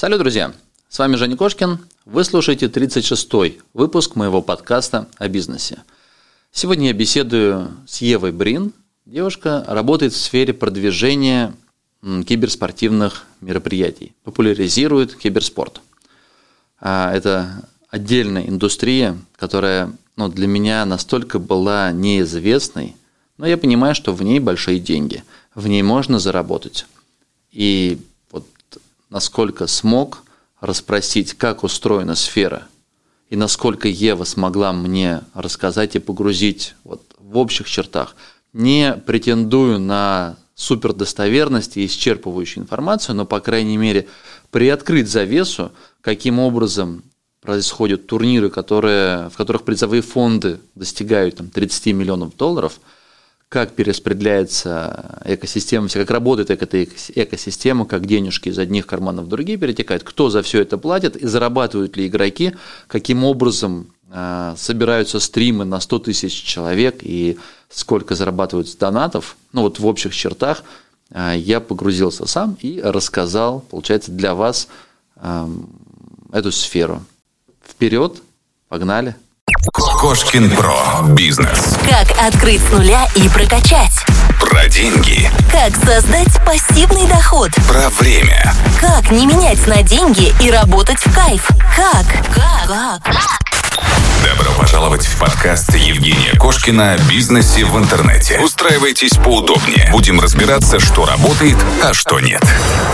Салют, друзья! С вами Женя Кошкин. Вы слушаете 36-й выпуск моего подкаста о бизнесе. Сегодня я беседую с Евой Брин. Девушка работает в сфере продвижения киберспортивных мероприятий, популяризирует киберспорт. Это отдельная индустрия, которая для меня настолько была неизвестной, но я понимаю, что в ней большие деньги, в ней можно заработать. И вот насколько смог расспросить, как устроена сфера, и насколько Ева смогла мне рассказать и погрузить в общих чертах, не претендую на супердостоверность и исчерпывающую информацию, но, по крайней мере, приоткрыть завесу, каким образом происходят турниры, в которых призовые фонды достигают 30 миллионов долларов, как перераспределяется экосистема, как работает эта экосистема, как денежки из одних карманов в другие перетекают, кто за все это платит и зарабатывают ли игроки, каким образом собираются стримы на 100 тысяч человек и сколько зарабатывают донатов. В общих чертах я погрузился сам и рассказал, получается, для вас эту сферу. Вперед, погнали! Кошкин Про. Бизнес. Как открыть с нуля и прокачать. Про деньги. Как создать пассивный доход. Про время. Как не менять на деньги и работать в кайф. Как? Добро пожаловать в подкаст Евгения Кошкина о бизнесе в интернете. Устраивайтесь поудобнее. Будем разбираться, что работает, а что нет.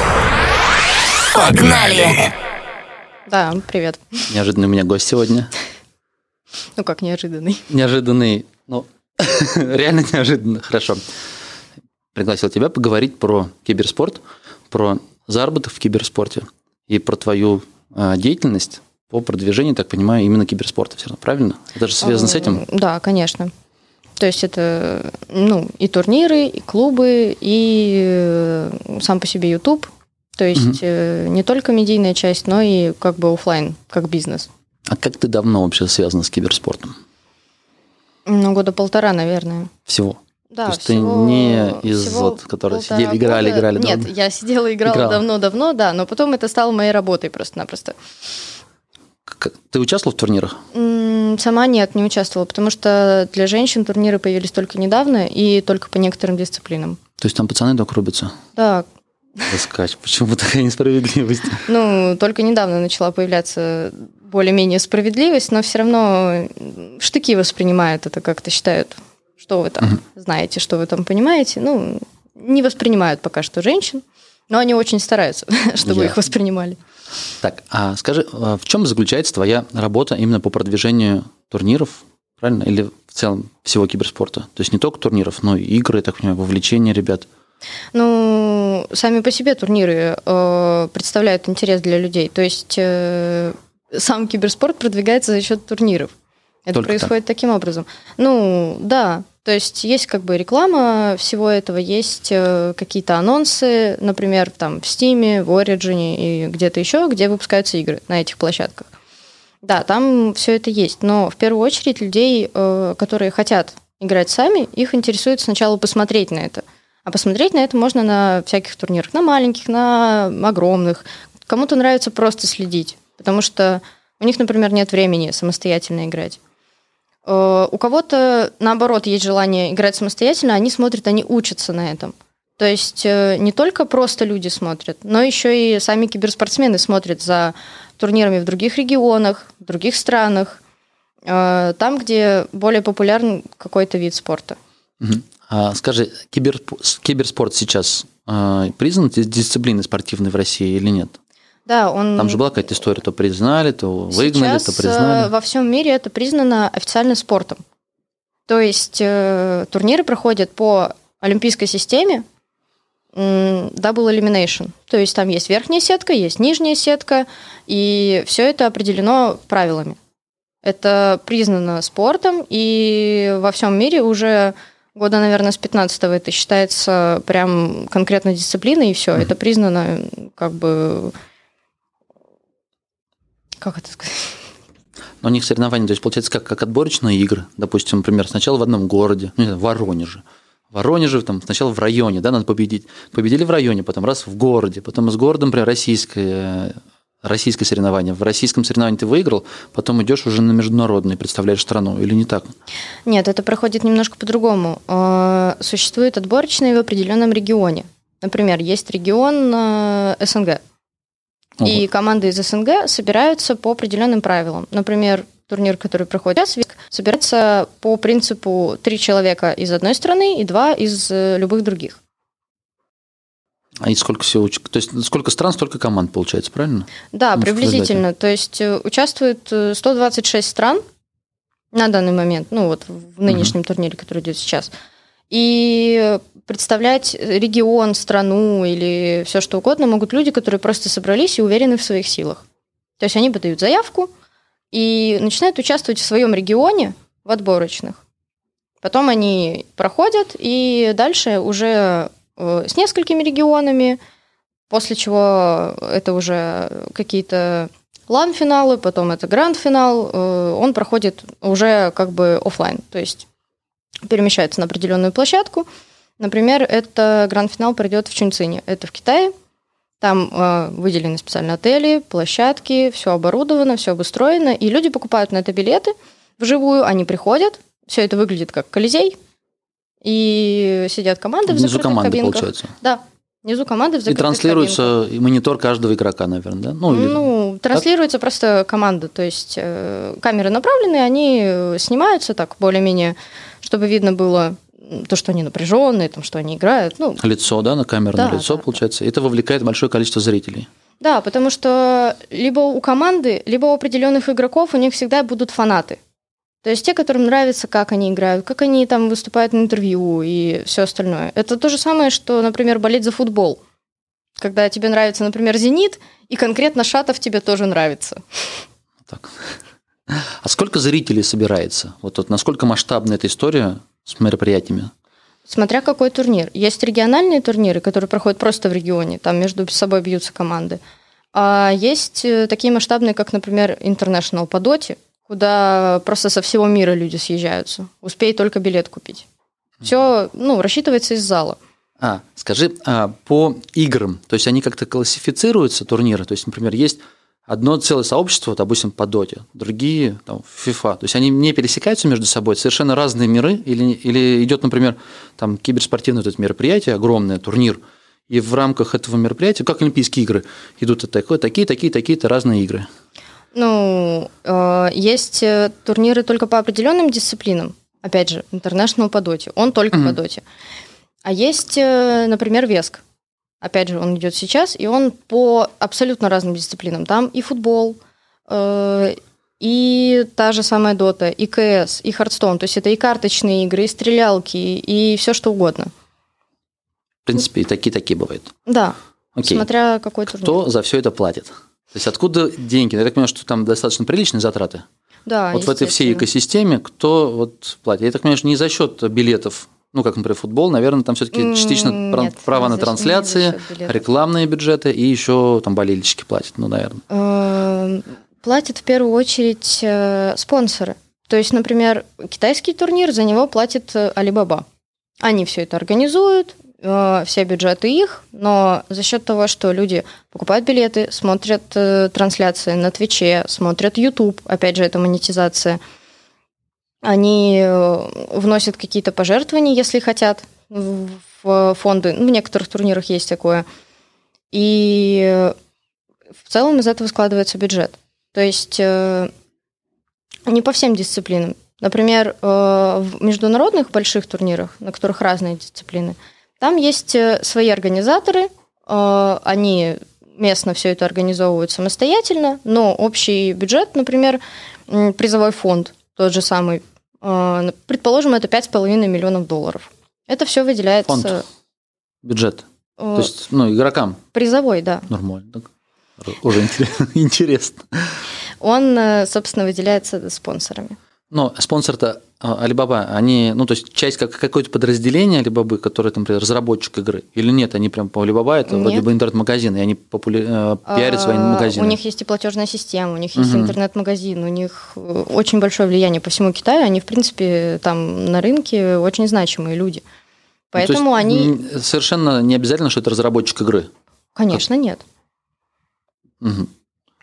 Погнали! Да, привет. Неожиданный у меня гость сегодня. Как неожиданный? Неожиданный, реально неожиданно. Хорошо. Пригласил тебя поговорить про киберспорт, про заработок в киберспорте и про твою деятельность по продвижению, так понимаю, именно киберспорта. Все равно, правильно? Это же связано с этим? Да, конечно. То есть это и турниры, и клубы, и сам по себе YouTube. То есть не только медийная часть, но и офлайн, как бизнес. А как ты давно вообще связана с киберспортом? 1.5 года, наверное. Всего? Да, то есть всего, ты не из которые сидели, играли? Нет, я сидела и играла давно-давно, да, но потом это стало моей работой просто-напросто. Ты участвовала в турнирах? Сама нет, не участвовала, потому что для женщин турниры появились только недавно и только по некоторым дисциплинам. То есть там пацаны только рубятся? Да. Раскач, почему такая несправедливость? Только недавно начала появляться более-менее справедливость, но все равно штыки воспринимают это, как-то считают, что вы там знаете, что вы там понимаете. Не воспринимают пока что женщин, но они очень стараются, чтобы их воспринимали. Так, а скажи, в чем заключается твоя работа именно по продвижению турниров, правильно? Или в целом всего киберспорта? То есть не только турниров, но и игры, я так понимаю, вовлечение ребят. Сами по себе турниры представляют интерес для людей. То есть сам киберспорт продвигается за счет турниров. Это только происходит таким образом. Да. То есть есть реклама всего этого, есть какие-то анонсы, например, в Steam, в Origin и где-то еще, где выпускаются игры на этих площадках. Да, там все это есть. Но в первую очередь людей, которые хотят играть сами, их интересует сначала посмотреть на это. А посмотреть на это можно на всяких турнирах, на маленьких, на огромных. Кому-то нравится просто следить, потому что у них, например, нет времени самостоятельно играть. У кого-то, наоборот, есть желание играть самостоятельно, они смотрят, они учатся на этом. То есть не только просто люди смотрят, но еще и сами киберспортсмены смотрят за турнирами в других регионах, в других странах, там, где более популярен какой-то вид спорта. Скажи, киберспорт сейчас признан дисциплиной спортивной в России или нет? Да, Там же была какая-то история, то признали, то выгнали, то признали. Сейчас во всем мире это признано официально спортом. То есть турниры проходят по олимпийской системе Double Elimination. То есть там есть верхняя сетка, есть нижняя сетка, и все это определено правилами. Это признано спортом, и во всем мире уже года, наверное, с 15-го это считается прям конкретно дисциплиной, и все. Это признано как это сказать? Но у них соревнования, то есть получается как отборочные игры. Допустим, например, сначала в одном городе, в Воронеже. В Воронеже сначала в районе, надо победить. Победили в районе, потом раз в городе, потом из города, например, российская российское соревнование. В российском соревновании ты выиграл, потом идешь уже на международный, представляешь страну, или не так? Нет, это проходит немножко по-другому. Существует отборочные в определенном регионе. Например, есть регион СНГ. И команды из СНГ собираются по определенным правилам. Например, турнир, который проходит сейчас, собирается по принципу 3 человека из одной страны и 2 из любых других. А и сколько всего? То есть сколько стран, столько команд получается, правильно? Да, приблизительно. То есть участвует 126 стран на данный момент, ну вот в нынешнем турнире, который идет сейчас. И представлять регион, страну или все что угодно могут люди, которые просто собрались и уверены в своих силах. То есть они подают заявку и начинают участвовать в своем регионе в отборочных. Потом они проходят, и дальше уже с несколькими регионами, после чего это уже какие-то лам-финалы, потом это гранд-финал, он проходит уже как бы офлайн, то есть перемещается на определенную площадку. Например, это гранд-финал пройдет в Чунцине, это в Китае. Там выделены специальные отели, площадки, все оборудовано, все обустроено, и люди покупают на это билеты вживую, они приходят, все это выглядит как Колизей, и сидят команды в закрытых кабинках. Внизу команды, получается? Да, внизу команды в закрытых кабинках. И транслируется монитор каждого игрока, наверное, да? Транслируется просто команда, то есть камеры направлены, они снимаются так более-менее, чтобы видно было то, что они напряженные, там, что они играют. Лицо, да, на камеру, да, на лицо, да, получается. Да. Это вовлекает большое количество зрителей. Да, потому что либо у команды, либо у определенных игроков у них всегда будут фанаты. То есть те, которым нравится, как они играют, как они там выступают на интервью и все остальное. Это то же самое, что, например, болеть за футбол. Когда тебе нравится, например, «Зенит», и конкретно Шатов тебе тоже нравится. Так. А сколько зрителей собирается? Вот насколько масштабна эта история с мероприятиями? Смотря какой турнир. Есть региональные турниры, которые проходят просто в регионе, там между собой бьются команды. А есть такие масштабные, как, например, International по доте, куда просто со всего мира люди съезжаются. Успей только билет купить. Все, рассчитывается из зала. Скажи, по играм, то есть они как-то классифицируются, турниры? То есть, например, есть одно целое сообщество, допустим, по доте, другие там, в FIFA. То есть они не пересекаются между собой, совершенно разные миры, или идет, например, там киберспортивное мероприятие, огромное, турнир, и в рамках этого мероприятия, как Олимпийские игры, идут такие-то разные игры. Есть турниры только по определенным дисциплинам. Опять же, International по доте. Он только по доте. А есть, например, Веск. Опять же, он идет сейчас, и он по абсолютно разным дисциплинам. Там и футбол, и та же самая дота, и КС, и Hearthstone. То есть это и карточные игры, и стрелялки, и все что угодно. В принципе, и такие бывают. Да, смотря какой турнир. Кто за все это платит? То есть откуда деньги? Я так понимаю, что там достаточно приличные затраты. Да, вот в этой всей экосистеме кто платит? Я так понимаю, что не за счет билетов, как, например, футбол, наверное, там все-таки частично права на трансляции, рекламные бюджеты и еще там болельщики платят, наверное. Платят в первую очередь спонсоры. То есть, например, китайский турнир, за него платит Alibaba. Они все это организуют, все бюджеты их, но за счет того, что люди покупают билеты, смотрят трансляции на Твиче, смотрят YouTube, опять же, это монетизация, они вносят какие-то пожертвования, если хотят, в фонды. В некоторых турнирах есть такое. И в целом из этого складывается бюджет. То есть не по всем дисциплинам. Например, в международных больших турнирах, на которых разные дисциплины, там есть свои организаторы, они местно все это организовывают самостоятельно, но общий бюджет, например, призовой фонд, тот же самый, предположим, это $5,5 миллионов. Это все выделяется... Фонд, бюджет, то есть игрокам? Призовой, да. Нормально, так. Уже интересно. Он, собственно, выделяется спонсорами. Но спонсор-то Alibaba, они, то есть часть какое-то подразделение Alibaba, которое, например, разработчик игры, или нет, они прям по Alibaba, это вроде бы интернет-магазин, и они пиарят свои магазины. У них есть и платежная система, у них есть интернет-магазин, у них очень большое влияние по всему Китаю, они, в принципе, там на рынке очень значимые люди. Поэтому они... Совершенно не обязательно, что это разработчик игры? Конечно, нет. Угу.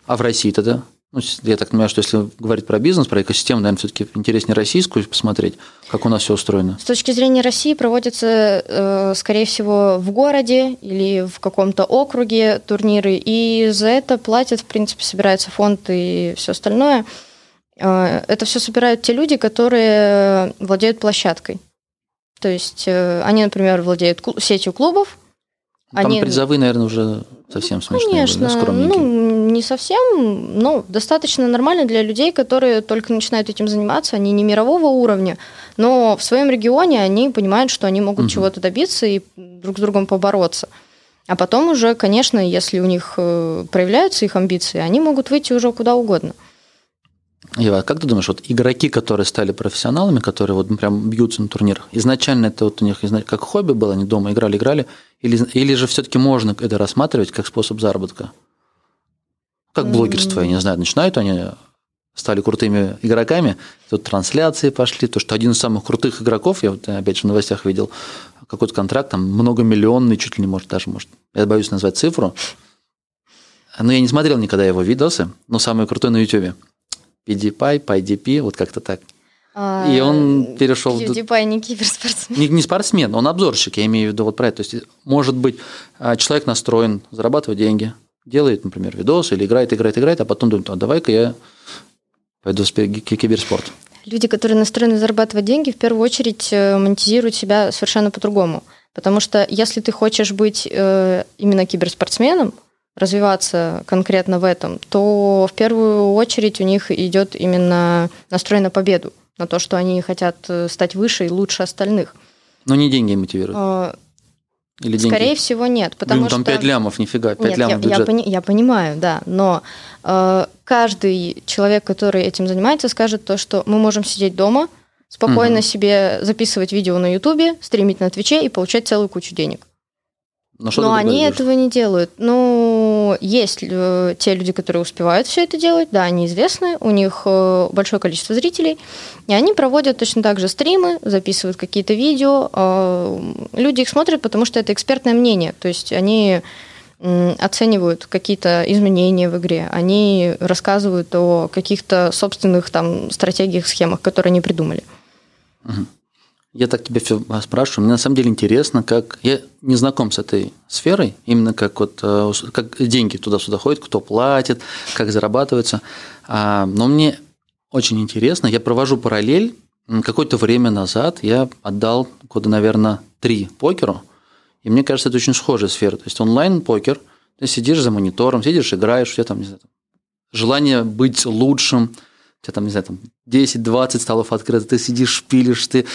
А в России тогда? Ну, я так понимаю, что если говорить про бизнес, про экосистему, наверное, все-таки интереснее российскую посмотреть, как у нас все устроено. С точки зрения России проводятся, скорее всего, в городе или в каком-то округе турниры, и за это платят, в принципе, собирается фонд и все остальное. Это все собирают те люди, которые владеют площадкой. То есть они, например, владеют сетью клубов. Там призовые, наверное, уже совсем смешные. Конечно, были, скромненькие. Не совсем, но достаточно нормально для людей, которые только начинают этим заниматься. Они не мирового уровня, но в своем регионе они понимают, что они могут чего-то добиться и друг с другом побороться. А потом уже, конечно, если у них проявляются их амбиции, они могут выйти уже куда угодно. Ева, как ты думаешь, вот игроки, которые стали профессионалами, которые вот прям бьются на турнирах, изначально это вот у них как хобби было, они дома играли, или же все-таки можно это рассматривать как способ заработка? Как блогерство, я не знаю, начинают они, стали крутыми игроками, тут трансляции пошли, то, что один из самых крутых игроков, я вот опять же в новостях видел, какой-то контракт, там многомиллионный, чуть ли не может, я боюсь назвать цифру, но я не смотрел никогда его видосы, но самый крутой на YouTube. PewDiePie, вот как-то так. И он перешел... PewDiePie не киберспортсмен. Не спортсмен, он обзорщик, я имею в виду вот про это. То есть, может быть, человек настроен зарабатывать деньги, делает, например, видос или играет, а потом думает, давай-ка я пойду в киберспорт. Люди, которые настроены зарабатывать деньги, в первую очередь монетизируют себя совершенно по-другому. Потому что если ты хочешь быть именно киберспортсменом, развиваться конкретно в этом, то в первую очередь у них идет именно настрой на победу, на то, что они хотят стать выше и лучше остальных. Но не деньги мотивируют? Или скорее деньги? Всего нет, потому там что... 5 лямов, нифига, 5 Нет, лямов бюджет. Я понимаю, да, но каждый человек, который этим занимается, скажет то, что мы можем сидеть дома, спокойно себе записывать видео на Ютубе, стримить на Твиче и получать целую кучу денег. Но они этого не делают. Ну, есть те люди, которые успевают все это делать, да, они известны, у них большое количество зрителей, и они проводят точно так же стримы, записывают какие-то видео, люди их смотрят, потому что это экспертное мнение, то есть они оценивают какие-то изменения в игре, они рассказывают о каких-то собственных там стратегиях, схемах, которые они придумали. Я так тебя все спрашиваю. Мне на самом деле интересно, как... Я не знаком с этой сферой, именно как деньги туда-сюда ходят, кто платит, как зарабатывается. Но мне очень интересно, я провожу параллель. Какое-то время назад я отдал года, наверное, 3 покеру, и мне кажется, это очень схожая сфера. То есть онлайн-покер, ты сидишь за монитором, сидишь, играешь, у тебя там, не знаю, желание быть лучшим, у тебя там, не знаю, там 10-20 столов открыто, ты сидишь, шпилишь, ты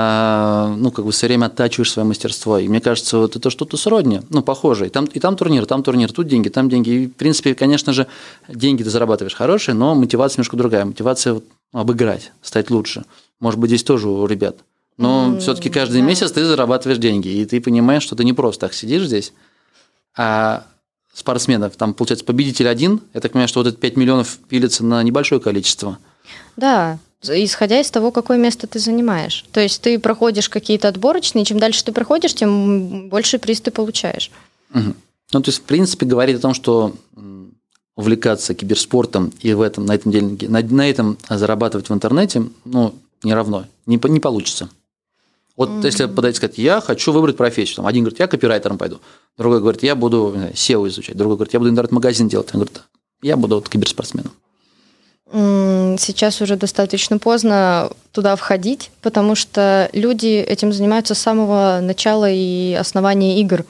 все время оттачиваешь свое мастерство. И мне кажется, вот это что-то сродни, похожее. И там турнир, тут деньги, там деньги. И, в принципе, конечно же, деньги ты зарабатываешь хорошие, но мотивация немножко другая. Мотивация обыграть, стать лучше. Может быть, здесь тоже у ребят. Но все-таки каждый месяц ты зарабатываешь деньги, и ты понимаешь, что ты не просто так сидишь здесь, а спортсменов, там, получается, победитель один, я так понимаю, что вот это 5 миллионов пилится на небольшое количество. Да, исходя из того, какое место ты занимаешь. То есть ты проходишь какие-то отборочные, чем дальше ты проходишь, тем больше приз ты получаешь. Угу. То есть, в принципе, говорить о том, что увлекаться киберспортом и на этом зарабатывать в интернете, не равно, не получится. Вот если подойти и сказать, я хочу выбрать профессию. Один говорит, я копирайтером пойду. Другой говорит, я буду SEO изучать. Другой говорит, я буду интернет-магазин делать. Он говорит, я буду киберспортсменом. Сейчас уже достаточно поздно туда входить, потому что люди этим занимаются с самого начала и основания игр.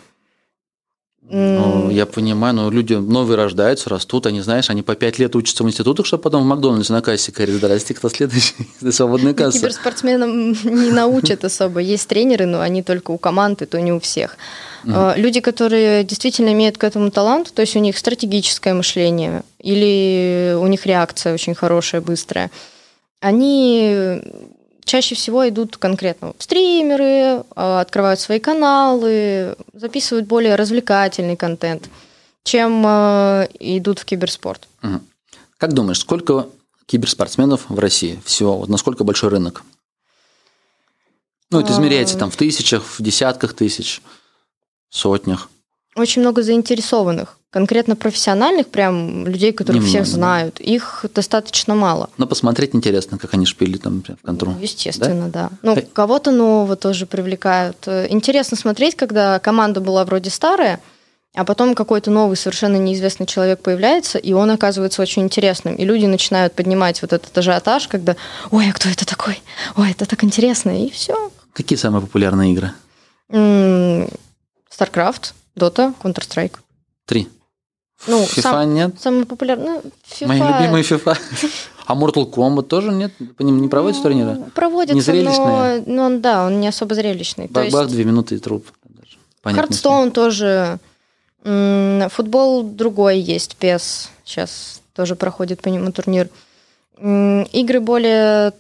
Я понимаю, но люди новые рождаются, растут, они по 5 лет учатся в институтах, чтобы потом в Макдональдсе на кассе говорить, здрасте, кто следующий, свободная касса. Киберспортсменам не научат особо. Есть тренеры, но они только у команд, и то не у всех. Люди, которые действительно имеют к этому талант, то есть у них стратегическое мышление или у них реакция очень хорошая, быстрая, они чаще всего идут конкретно в стримеры, открывают свои каналы, записывают более развлекательный контент, чем идут в киберспорт. Как думаешь, сколько киберспортсменов в России всего? Вот насколько большой рынок? Это измеряется в тысячах, в десятках тысяч, сотнях. Очень много заинтересованных. конкретно профессиональных, прям людей, которых Немного, всех знают, их достаточно мало. Но посмотреть интересно, как они шпилили там в контру. Естественно, да. Ну, кого-то нового тоже привлекают. Интересно смотреть, когда команда была вроде старая, а потом какой-то новый, совершенно неизвестный человек появляется, и он оказывается очень интересным. И люди начинают поднимать вот этот ажиотаж, когда «Ой, а кто это такой? Ой, это так интересно!» И все. Какие самые популярные игры? StarCraft, Dota, Counter-Strike. 3. Ну, FIFA нет? Самый популярный. FIFA. Мои любимые FIFA. А Mortal Kombat тоже нет? По ним не проводятся турниры? Проводятся, Незрелищные? но он не особо зрелищный. Бах-бах, 2 минуты и труп. Hearthstone тоже. Футбол другой есть, PES. Сейчас тоже проходит по нему турнир. Игры более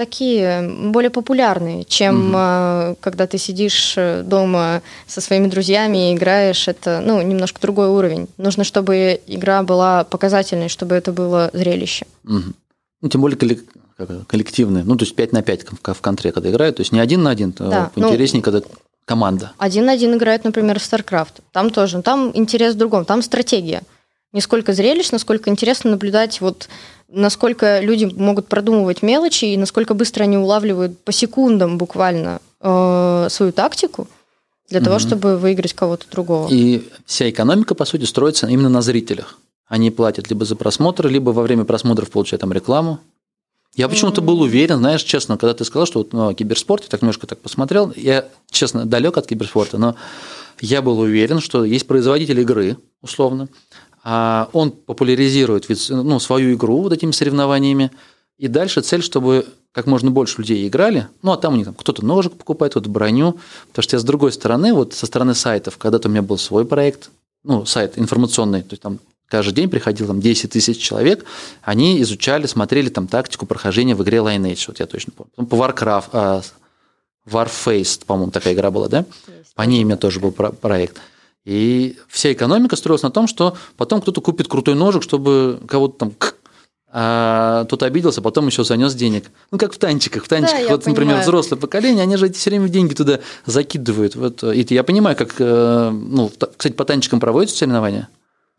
популярные, чем когда ты сидишь дома со своими друзьями и играешь. Это немножко другой уровень. Нужно, чтобы игра была показательной, чтобы это было зрелище. Тем более коллективные. То есть 5 на 5 в контре, когда играют. То есть не 1 на 1, да, интереснее, когда команда. 1 на 1 играет, например, в StarCraft. Там тоже. Там интерес в другом. Там стратегия. Не сколько зрелищно, сколько интересно наблюдать, насколько люди могут продумывать мелочи и насколько быстро они улавливают по секундам буквально свою тактику для того, чтобы выиграть кого-то другого. И вся экономика, по сути, строится именно на зрителях. Они платят либо за просмотры, либо во время просмотров получают там рекламу. Я почему-то был уверен, знаешь, честно, когда ты сказал, что о киберспорте, так немножко посмотрел, я, честно, далек от киберспорта, но я был уверен, что есть производитель игры, условно, а он популяризирует свою игру вот этими соревнованиями, и дальше цель, чтобы как можно больше людей играли, а там у них кто-то ножик покупает, кто-то броню, потому что я с другой стороны, со стороны сайтов, когда-то у меня был свой проект, сайт информационный, то есть там каждый день приходило 10 тысяч человек, они изучали, смотрели тактику прохождения в игре Lineage, я точно помню. По Warcraft, Warface, по-моему, такая игра была, да? По ней у меня тоже был проект. И вся экономика строилась на том, что потом кто-то купит крутой ножик, чтобы кого-то кто-то обиделся, потом еще занес денег. Как в танчиках. Да, например, понимаю. Взрослое поколение, они же все время деньги туда закидывают. И я понимаю, как, кстати, по танчикам проводятся соревнования?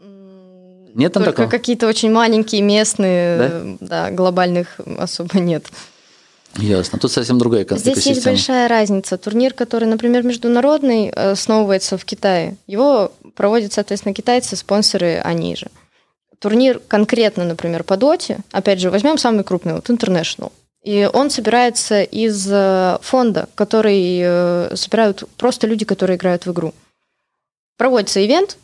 Нет там только такого? Какие-то очень маленькие, местные, да, глобальных особо нет. Ясно. Тут совсем другая экосистема. Здесь есть большая разница. Турнир, который, например, международный, основывается в Китае, его проводят, соответственно, китайцы, спонсоры они же. Турнир конкретно, например, по доте, опять же, возьмем самый крупный, International, и он собирается из фонда, который собирают просто люди, которые играют в игру. Проводится ивент,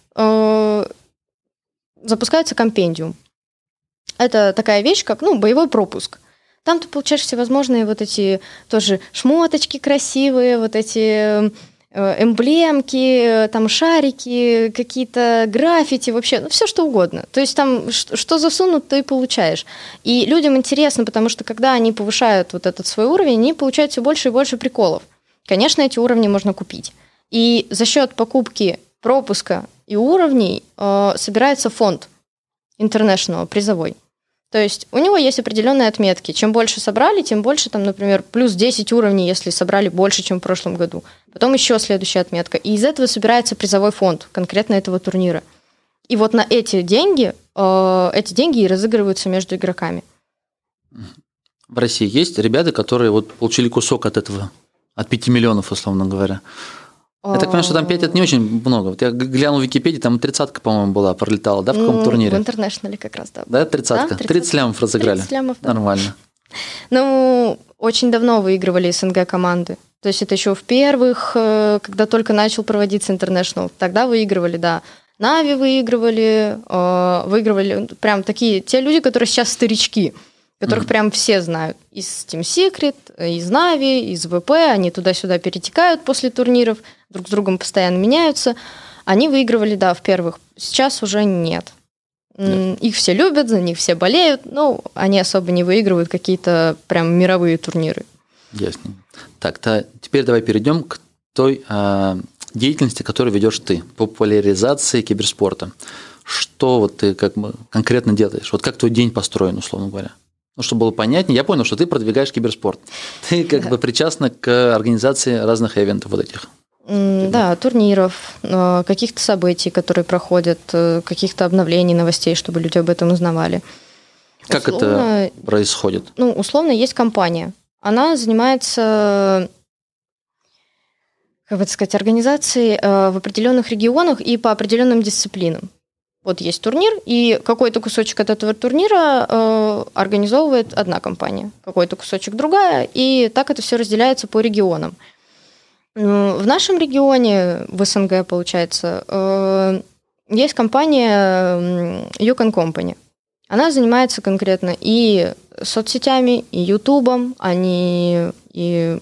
запускается компендиум. Это такая вещь, как боевой пропуск. Там ты получаешь всевозможные эти тоже шмоточки красивые, эти эмблемки, там шарики, какие-то граффити, вообще, все что угодно. То есть там что засунут, то и получаешь. И людям интересно, потому что когда они повышают этот свой уровень, они получают все больше и больше приколов. Конечно, эти уровни можно купить. И за счет покупки пропуска и уровней собирается фонд International, призовой. То есть у него есть определенные отметки. Чем больше собрали, тем больше, например, плюс 10 уровней, если собрали больше, чем в прошлом году. Потом еще следующая отметка. И из этого собирается призовой фонд конкретно этого турнира. И на эти деньги и разыгрываются между игроками. В России есть ребята, которые получили кусок от этого, от 5 миллионов, условно говоря. Я так понимаю, что там 5 – это не очень много. Я глянул в Википедии, там 30-ка, по-моему, была, пролетала, да, в каком турнире? В Интернешнале как раз, да. Да, 30-ка? 30 лямов разыграли? 30 лямов, да. Нормально. Очень давно выигрывали СНГ команды. То есть это еще в первых, когда только начал проводиться International. Тогда выигрывали, да. Нави выигрывали прям такие, те люди, которые сейчас старички, которых прям все знают. Из Team Secret, из Нави, из ВП, они туда-сюда перетекают после турниров, друг с другом постоянно меняются. Они выигрывали, да, в первых. Сейчас уже нет. Их все любят, за них все болеют, но они особо не выигрывают какие-то прям мировые турниры. Ясно. Так, теперь давай перейдем к той деятельности, которую ведешь ты, популяризации киберспорта. Что ты конкретно делаешь? Как твой день построен, условно говоря? Чтобы было понятнее, я понял, что ты продвигаешь киберспорт. Ты причастна к организации разных ивентов этих. Да, турниров, каких-то событий, которые проходят, каких-то обновлений, новостей, чтобы люди об этом узнавали. Как это происходит? Условно, есть компания. Она занимается, как бы сказать, организацией в определенных регионах и по определенным дисциплинам. Вот есть турнир, и какой-то кусочек от этого турнира организовывает одна компания, какой-то кусочек другая, и так это все разделяется по регионам. В нашем регионе, в СНГ, получается, есть компания Yukon Company. Она занимается конкретно и соцсетями, и Ютубом, они и...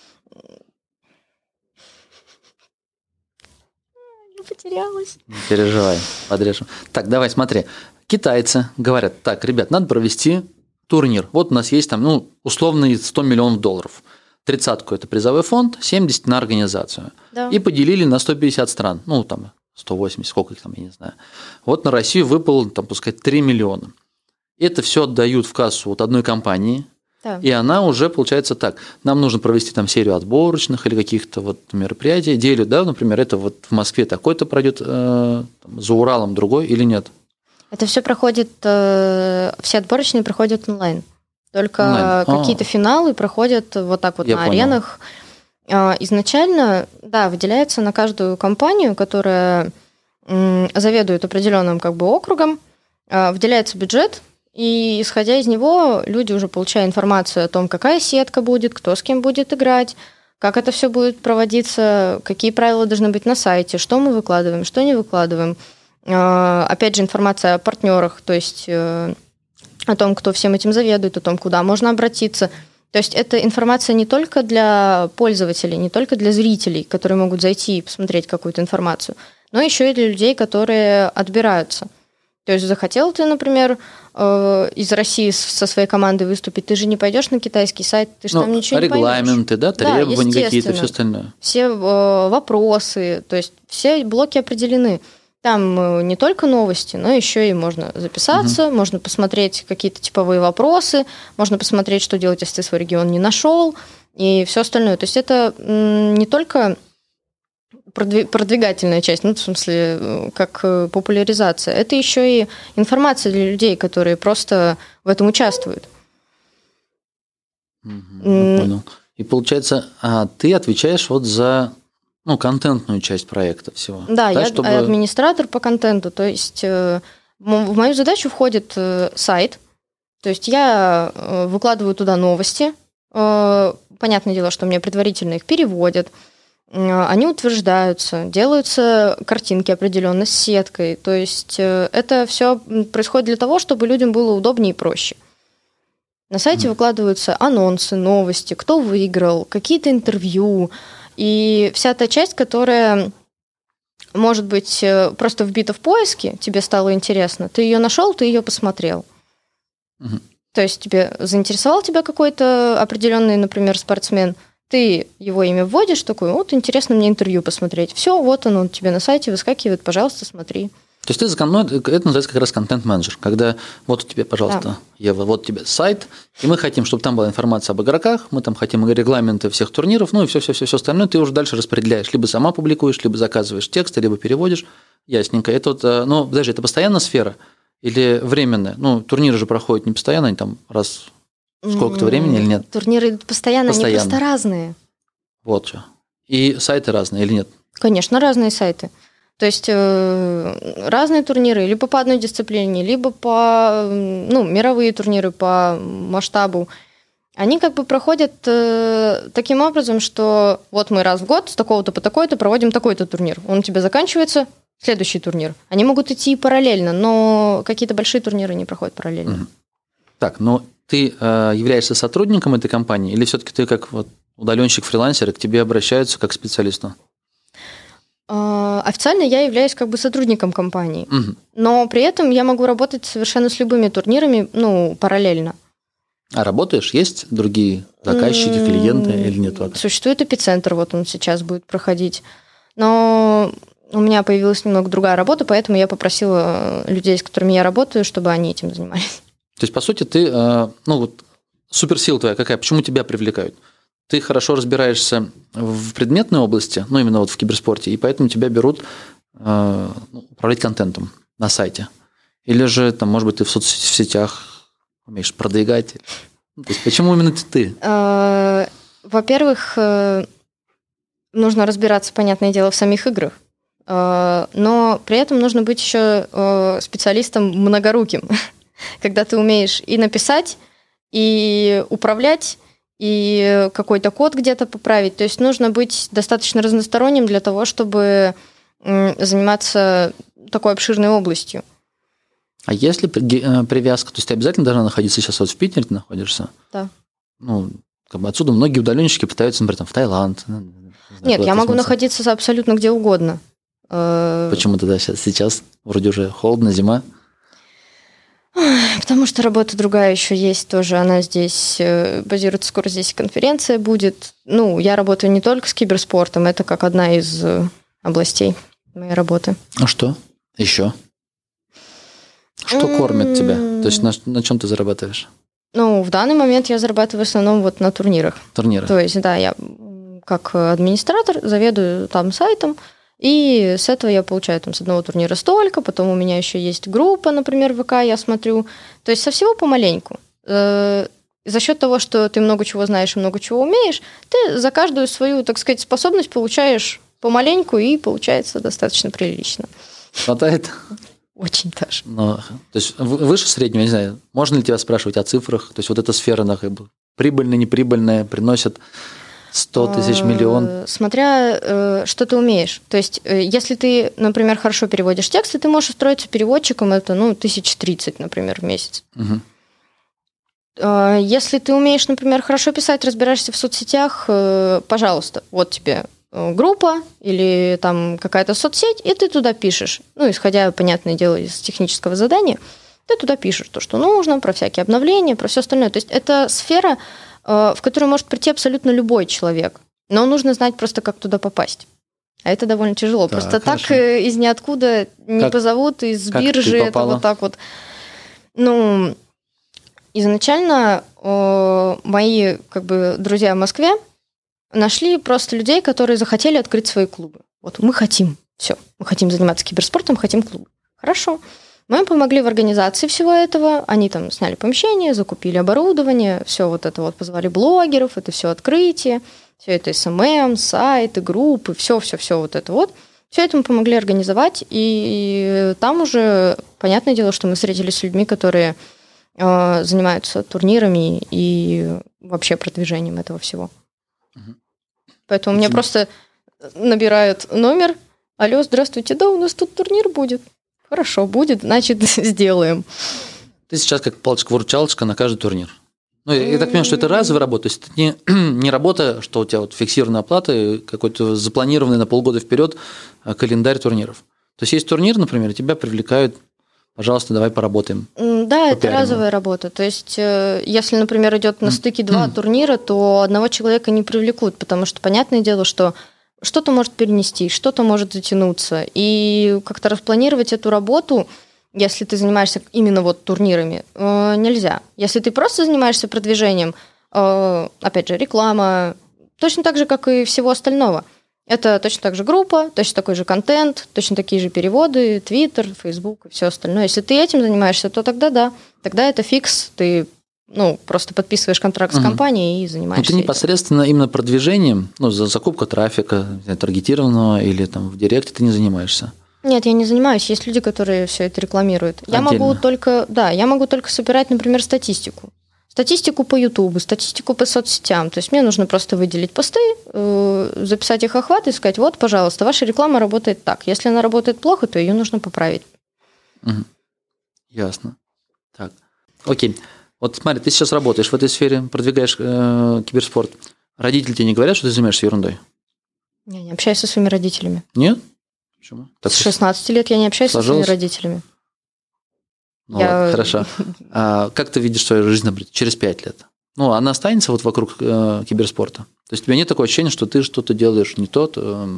Я потерялась. Не переживай, подрежем. Так, давай, смотри. Китайцы говорят, так, ребят, надо провести турнир. Вот у нас есть там, условно, 100 миллионов долларов. 30-ку – это призовой фонд, 70 на организацию. Да. И поделили на 150 стран. 180, сколько их там, я не знаю. Вот на Россию выпало, пускай 3 миллиона. Это все отдают в кассу вот одной компании, да. И она уже, получается так, нам нужно провести там серию отборочных или каких-то вот мероприятий, делят, да, например, это вот в Москве такой-то пройдет, за Уралом другой или нет? Это все проходит, все отборочные проходят онлайн. Только какие-то финалы проходят вот так вот на аренах. Изначально, да, выделяется на каждую компанию, которая заведует определенным округом, выделяется бюджет, и исходя из него люди уже получая информацию о том, какая сетка будет, кто с кем будет играть, как это все будет проводиться, какие правила должны быть на сайте, что мы выкладываем, что не выкладываем. Опять же, информация о партнерах, то есть о том, кто всем этим заведует, о том, куда можно обратиться. То есть это информация не только для пользователей, не только для зрителей, которые могут зайти и посмотреть какую-то информацию, но еще и для людей, которые отбираются. То есть захотел ты, например, из России со своей командой выступить, ты же не пойдешь на китайский сайт, ты же там ничего не поймешь. Регламенты, да, требования какие-то, все остальное. Все вопросы, то есть все блоки определены. Там не только новости, но еще и можно записаться, можно посмотреть какие-то типовые вопросы, можно посмотреть, что делать, если ты свой регион не нашел, и все остальное. То есть это не только продвигательная часть, в смысле, как популяризация, это еще и информация для людей, которые просто в этом участвуют. Понял. И получается, ты отвечаешь вот за контентную часть проекта всего. Да, я администратор по контенту, то есть в мою задачу входит сайт, то есть я выкладываю туда новости, понятное дело, что мне предварительно их переводят, они утверждаются, делаются картинки определенно с сеткой, то есть это все происходит для того, чтобы людям было удобнее и проще. На сайте выкладываются анонсы, новости, кто выиграл, какие-то интервью, и вся та часть, которая, может быть, просто вбита в поиске, тебе стало интересно, ты ее нашел, ты ее посмотрел. То есть тебе заинтересовал тебя какой-то определенный, например, спортсмен, ты его имя вводишь, такой, вот интересно мне интервью посмотреть. Все, вот он тебе на сайте выскакивает, пожалуйста, смотри. То есть это называется как раз контент-менеджер, когда вот у тебя, пожалуйста, Ева, вот тебе сайт, и мы хотим, чтобы там была информация об игроках, мы там хотим регламенты всех турниров, и все остальное ты уже дальше распределяешь, либо сама публикуешь, либо заказываешь тексты, либо переводишь, ясненько. Это подожди, это постоянная сфера или временная? Турниры же проходят не постоянно, они там раз сколько-то времени или нет? Турниры постоянно, они просто разные. Вот что. И сайты разные или нет? Конечно, разные сайты. То есть разные турниры либо по одной дисциплине, либо по мировые турниры по масштабу. Они проходят таким образом, что вот мы раз в год с такого-то по такой-то проводим такой-то турнир. Он у тебя заканчивается, следующий турнир. Они могут идти параллельно, но какие-то большие турниры не проходят параллельно. Так, ты являешься сотрудником этой компании или все-таки ты как удаленщик-фрилансер, и к тебе обращаются как к специалисту? Официально я являюсь сотрудником компании, но при этом я могу работать совершенно с любыми турнирами, параллельно. А работаешь? Есть другие заказчики, клиенты или нет? Существует эпицентр, вот он сейчас будет проходить, но у меня появилась немного другая работа, поэтому я попросила людей, с которыми я работаю, чтобы они этим занимались. То есть, по сути, ты, суперсила твоя какая? Почему тебя привлекают? ты хорошо разбираешься в предметной области, ну, именно вот в киберспорте, и поэтому тебя берут управлять контентом на сайте. Или же, там, может быть, ты в соцсетях умеешь продвигать. То есть, почему именно ты? Во-первых, нужно разбираться, понятное дело, в самих играх, но при этом нужно быть еще специалистом многоруким, когда ты умеешь и написать, и управлять, и какой-то код где-то поправить. То есть нужно быть достаточно разносторонним для того, чтобы заниматься такой обширной областью. А есть ли привязка? То есть ты обязательно должна находиться сейчас вот в Питере, ты находишься? Да. Ну, как бы отсюда многие удаленщики пытаются, например, там, в Таиланд. Нет, я могу находиться абсолютно где угодно. Почему тогда сейчас вроде уже холодно, зима? Потому что работа другая еще есть тоже, она здесь базируется, скоро здесь конференция будет. Ну, я работаю не только с киберспортом, это как одна из областей моей работы. А что еще? Что кормит тебя? То есть на чем ты зарабатываешь? Ну, в данный момент я зарабатываю в основном вот на турнирах. Турниры? То есть, да, я как администратор заведую там сайтом, и с этого я получаю там с одного турнира столько, потом у меня еще есть группа, например, ВК, я смотрю. То есть со всего помаленьку. За счет того, что ты много чего знаешь и много чего умеешь, ты за каждую свою, так сказать, способность получаешь помаленьку, и получается достаточно прилично. Хватает? Очень даже. Но, то есть выше среднего, я не знаю, можно ли тебя спрашивать о цифрах? То есть вот эта сфера, она как бы прибыльная, неприбыльная, приносит 100 тысяч, миллион? Смотря, что ты умеешь. То есть если ты, например, хорошо переводишь тексты, ты можешь устроиться переводчиком, это 1030, например, в месяц. Угу. Если ты умеешь, например, хорошо писать, разбираешься в соцсетях, пожалуйста, вот тебе группа или там какая-то соцсеть, и ты туда пишешь. Ну, исходя, понятное дело, из технического задания, ты туда пишешь то, что нужно, про всякие обновления, про все остальное. То есть это сфера, в которую может прийти абсолютно любой человек. Но нужно знать просто, как туда попасть. А это довольно тяжело. Да, просто хорошо. так из ниоткуда не позовут, из биржи это вот так вот. Ну, изначально мои друзья в Москве нашли просто людей, которые захотели открыть свои клубы. Вот мы хотим, все, мы хотим заниматься киберспортом, хотим клуб. Хорошо. Мы им помогли в организации всего этого. Они там сняли помещение, закупили оборудование, все вот это вот, позвали блогеров, это все открытие, все это СММ, сайты, группы, все вот это вот. Все это мы помогли организовать, и там уже, понятное дело, что мы встретились с людьми, которые занимаются турнирами и вообще продвижением этого всего. Поэтому мне просто набирают номер. Алло, здравствуйте, да, у нас тут турнир будет. Хорошо, будет, значит, сделаем. Ты сейчас как палочка-выручалочка на каждый турнир. Ну, я так понимаю, что это разовая работа, то есть это не работа, что у тебя вот фиксированная оплата, какой-то запланированный на полгода вперед календарь турниров. То есть турнир, например, и тебя привлекают, пожалуйста, давай поработаем. Да, это разовая работа. То есть, если, например, идет на стыке 2 турнира, то одного человека не привлекут, потому что, понятное дело, что что-то может перенести, что-то может затянуться. И как-то распланировать эту работу, если ты занимаешься именно вот турнирами, нельзя. Если ты просто занимаешься продвижением, опять же, реклама, точно так же, как и всего остального. Это точно так же группа, точно такой же контент, точно такие же переводы, Твиттер, Фейсбук и все остальное. Если ты этим занимаешься, то тогда да. Тогда это фикс, ты просто подписываешь контракт с компанией и занимаешься. Ты непосредственно именно продвижением, за закупку трафика, таргетированного или там в директе ты не занимаешься? Нет, я не занимаюсь. Есть люди, которые все это рекламируют. Я могу только собирать, например, статистику. Статистику по YouTube, статистику по соцсетям. То есть мне нужно просто выделить посты, записать их охват и сказать, вот, пожалуйста, ваша реклама работает так. Если она работает плохо, то ее нужно поправить. Ясно. Так, окей. Вот смотри, ты сейчас работаешь в этой сфере, продвигаешь киберспорт. Родители тебе не говорят, что ты занимаешься ерундой? Я не общаюсь со своими родителями. Нет? Почему? С 16 лет я не общаюсь со своими родителями. Ладно, хорошо. А как ты видишь свою жизнь, например, через 5 лет? Она останется вот вокруг киберспорта? То есть у тебя нет такого ощущения, что ты что-то делаешь не то,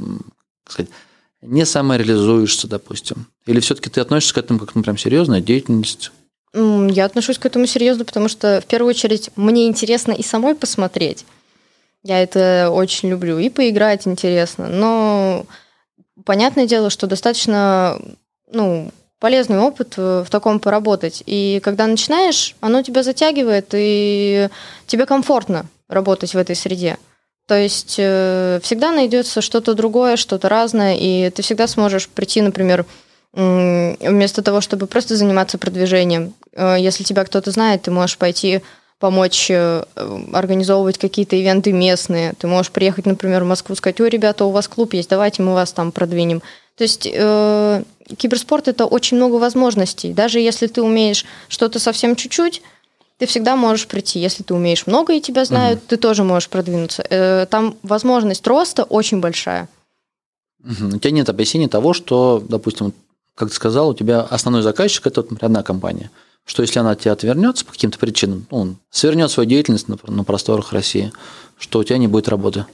не самореализуешься, допустим? Или все-таки ты относишься к этому как прям серьезная деятельность? Я отношусь к этому серьезно, потому что в первую очередь мне интересно и самой посмотреть. Я это очень люблю. И поиграть интересно. Но понятное дело, что достаточно полезный опыт в таком поработать. И когда начинаешь, оно тебя затягивает, и тебе комфортно работать в этой среде. То есть всегда найдется что-то другое, что-то разное, и ты всегда сможешь прийти, например, вместо того, чтобы просто заниматься продвижением. Если тебя кто-то знает, ты можешь пойти помочь организовывать какие-то ивенты местные. Ты можешь приехать, например, в Москву, сказать: ой, ребята, у вас клуб есть, давайте мы вас там продвинем. То есть киберспорт – это очень много возможностей. Даже если ты умеешь что-то совсем чуть-чуть, ты всегда можешь прийти. Если ты умеешь много и тебя знают, ты тоже можешь продвинуться. Там возможность роста очень большая. У тебя нет объяснения того, что, допустим, как ты сказал, у тебя основной заказчик – это, например, одна компания. Что если она от тебя отвернется по каким-то причинам, он свернет свою деятельность на просторах России, что у тебя не будет работы?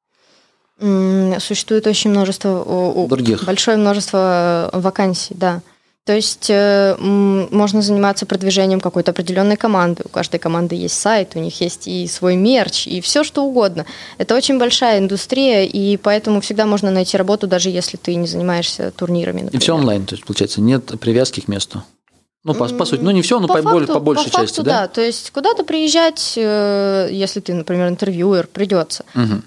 Существует очень множество других. Большое множество вакансий, да. То есть можно заниматься продвижением какой-то определенной команды. У каждой команды есть сайт, у них есть и свой мерч, и все что угодно. Это очень большая индустрия, и поэтому всегда можно найти работу, даже если ты не занимаешься турнирами, например. И все онлайн, то есть, получается, нет привязки к месту? По сути, не все, но по большей части, да? Да, то есть куда-то приезжать, если ты, например, интервьюер, придется.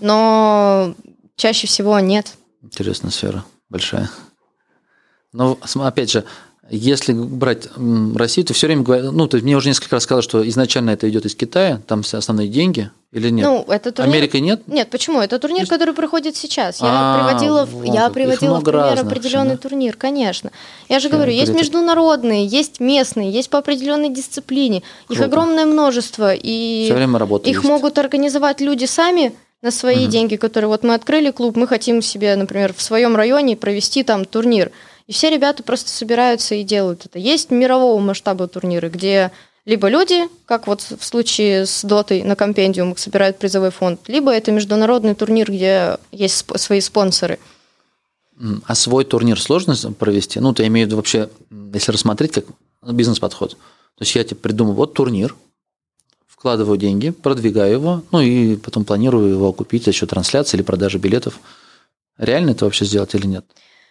Но чаще всего нет. Интересная сфера, большая. Но, опять же, если брать Россию, ты все время говоришь, ты мне уже несколько раз сказал, что изначально это идет из Китая, там все основные деньги, или нет? Это турнир... Америка нет? Нет, почему? Это турнир, который проходит сейчас. Я приводила в пример определенный турнир, конечно. Я же говорю, есть международные, есть местные, есть по определенной дисциплине. Их огромное множество, и их могут организовать люди сами на свои деньги, которые вот мы открыли клуб, мы хотим себе, например, в своем районе провести там турнир. И все ребята просто собираются и делают это. Есть мирового масштаба турниры, где либо люди, как вот в случае с Дотой на компендиумах, собирают призовой фонд, либо это международный турнир, где есть свои спонсоры. А свой турнир сложно провести? Я имею в виду вообще, если рассмотреть как бизнес-подход. То есть я тебе придумал турнир, вкладываю деньги, продвигаю его, и потом планирую его купить за счет трансляции или продажи билетов. Реально это вообще сделать или нет?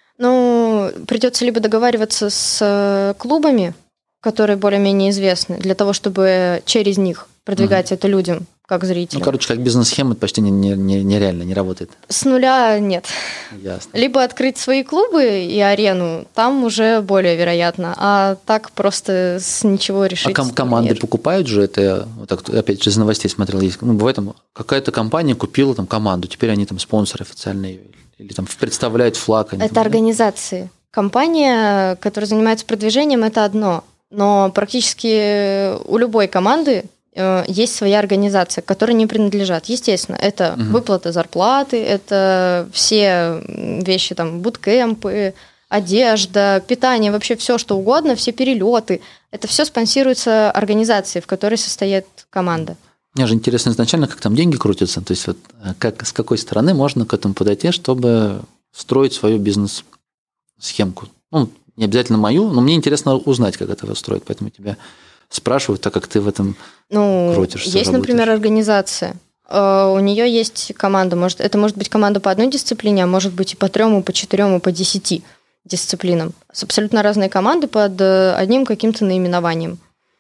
Придется либо договариваться с клубами, которые более-менее известны, для того, чтобы через них продвигать это людям, как зрителям. Как бизнес-схема, это почти нереально, не работает. С нуля нет. Ясно. Либо открыть свои клубы и арену, там уже более вероятно, а так просто с ничего решить. А команды покупают же это, опять же, из новостей смотрел, есть, бывает, какая-то компания купила команду, теперь они спонсоры официальные, или представляют флаг. Это организации. Компания, которая занимается продвижением, это одно. Но практически у любой команды есть своя организация, к которой не принадлежат. Естественно, это выплата зарплаты, это все вещи, буткемпы, одежда, питание, вообще все, что угодно, все перелеты. Это все спонсируется организацией, в которой состоит команда. Мне же интересно изначально, как там деньги крутятся, то есть с какой стороны можно к этому подойти, чтобы строить свою бизнес-схемку. Не обязательно мою, но мне интересно узнать, как это строить, поэтому тебя спрашивают, так как ты в этом крутишься. Есть, например, организация. У нее есть команда. Это может быть команда по одной дисциплине, а может быть и по 3, и по 4, и по 10 дисциплинам. С абсолютно разные команды под одним каким-то наименованием.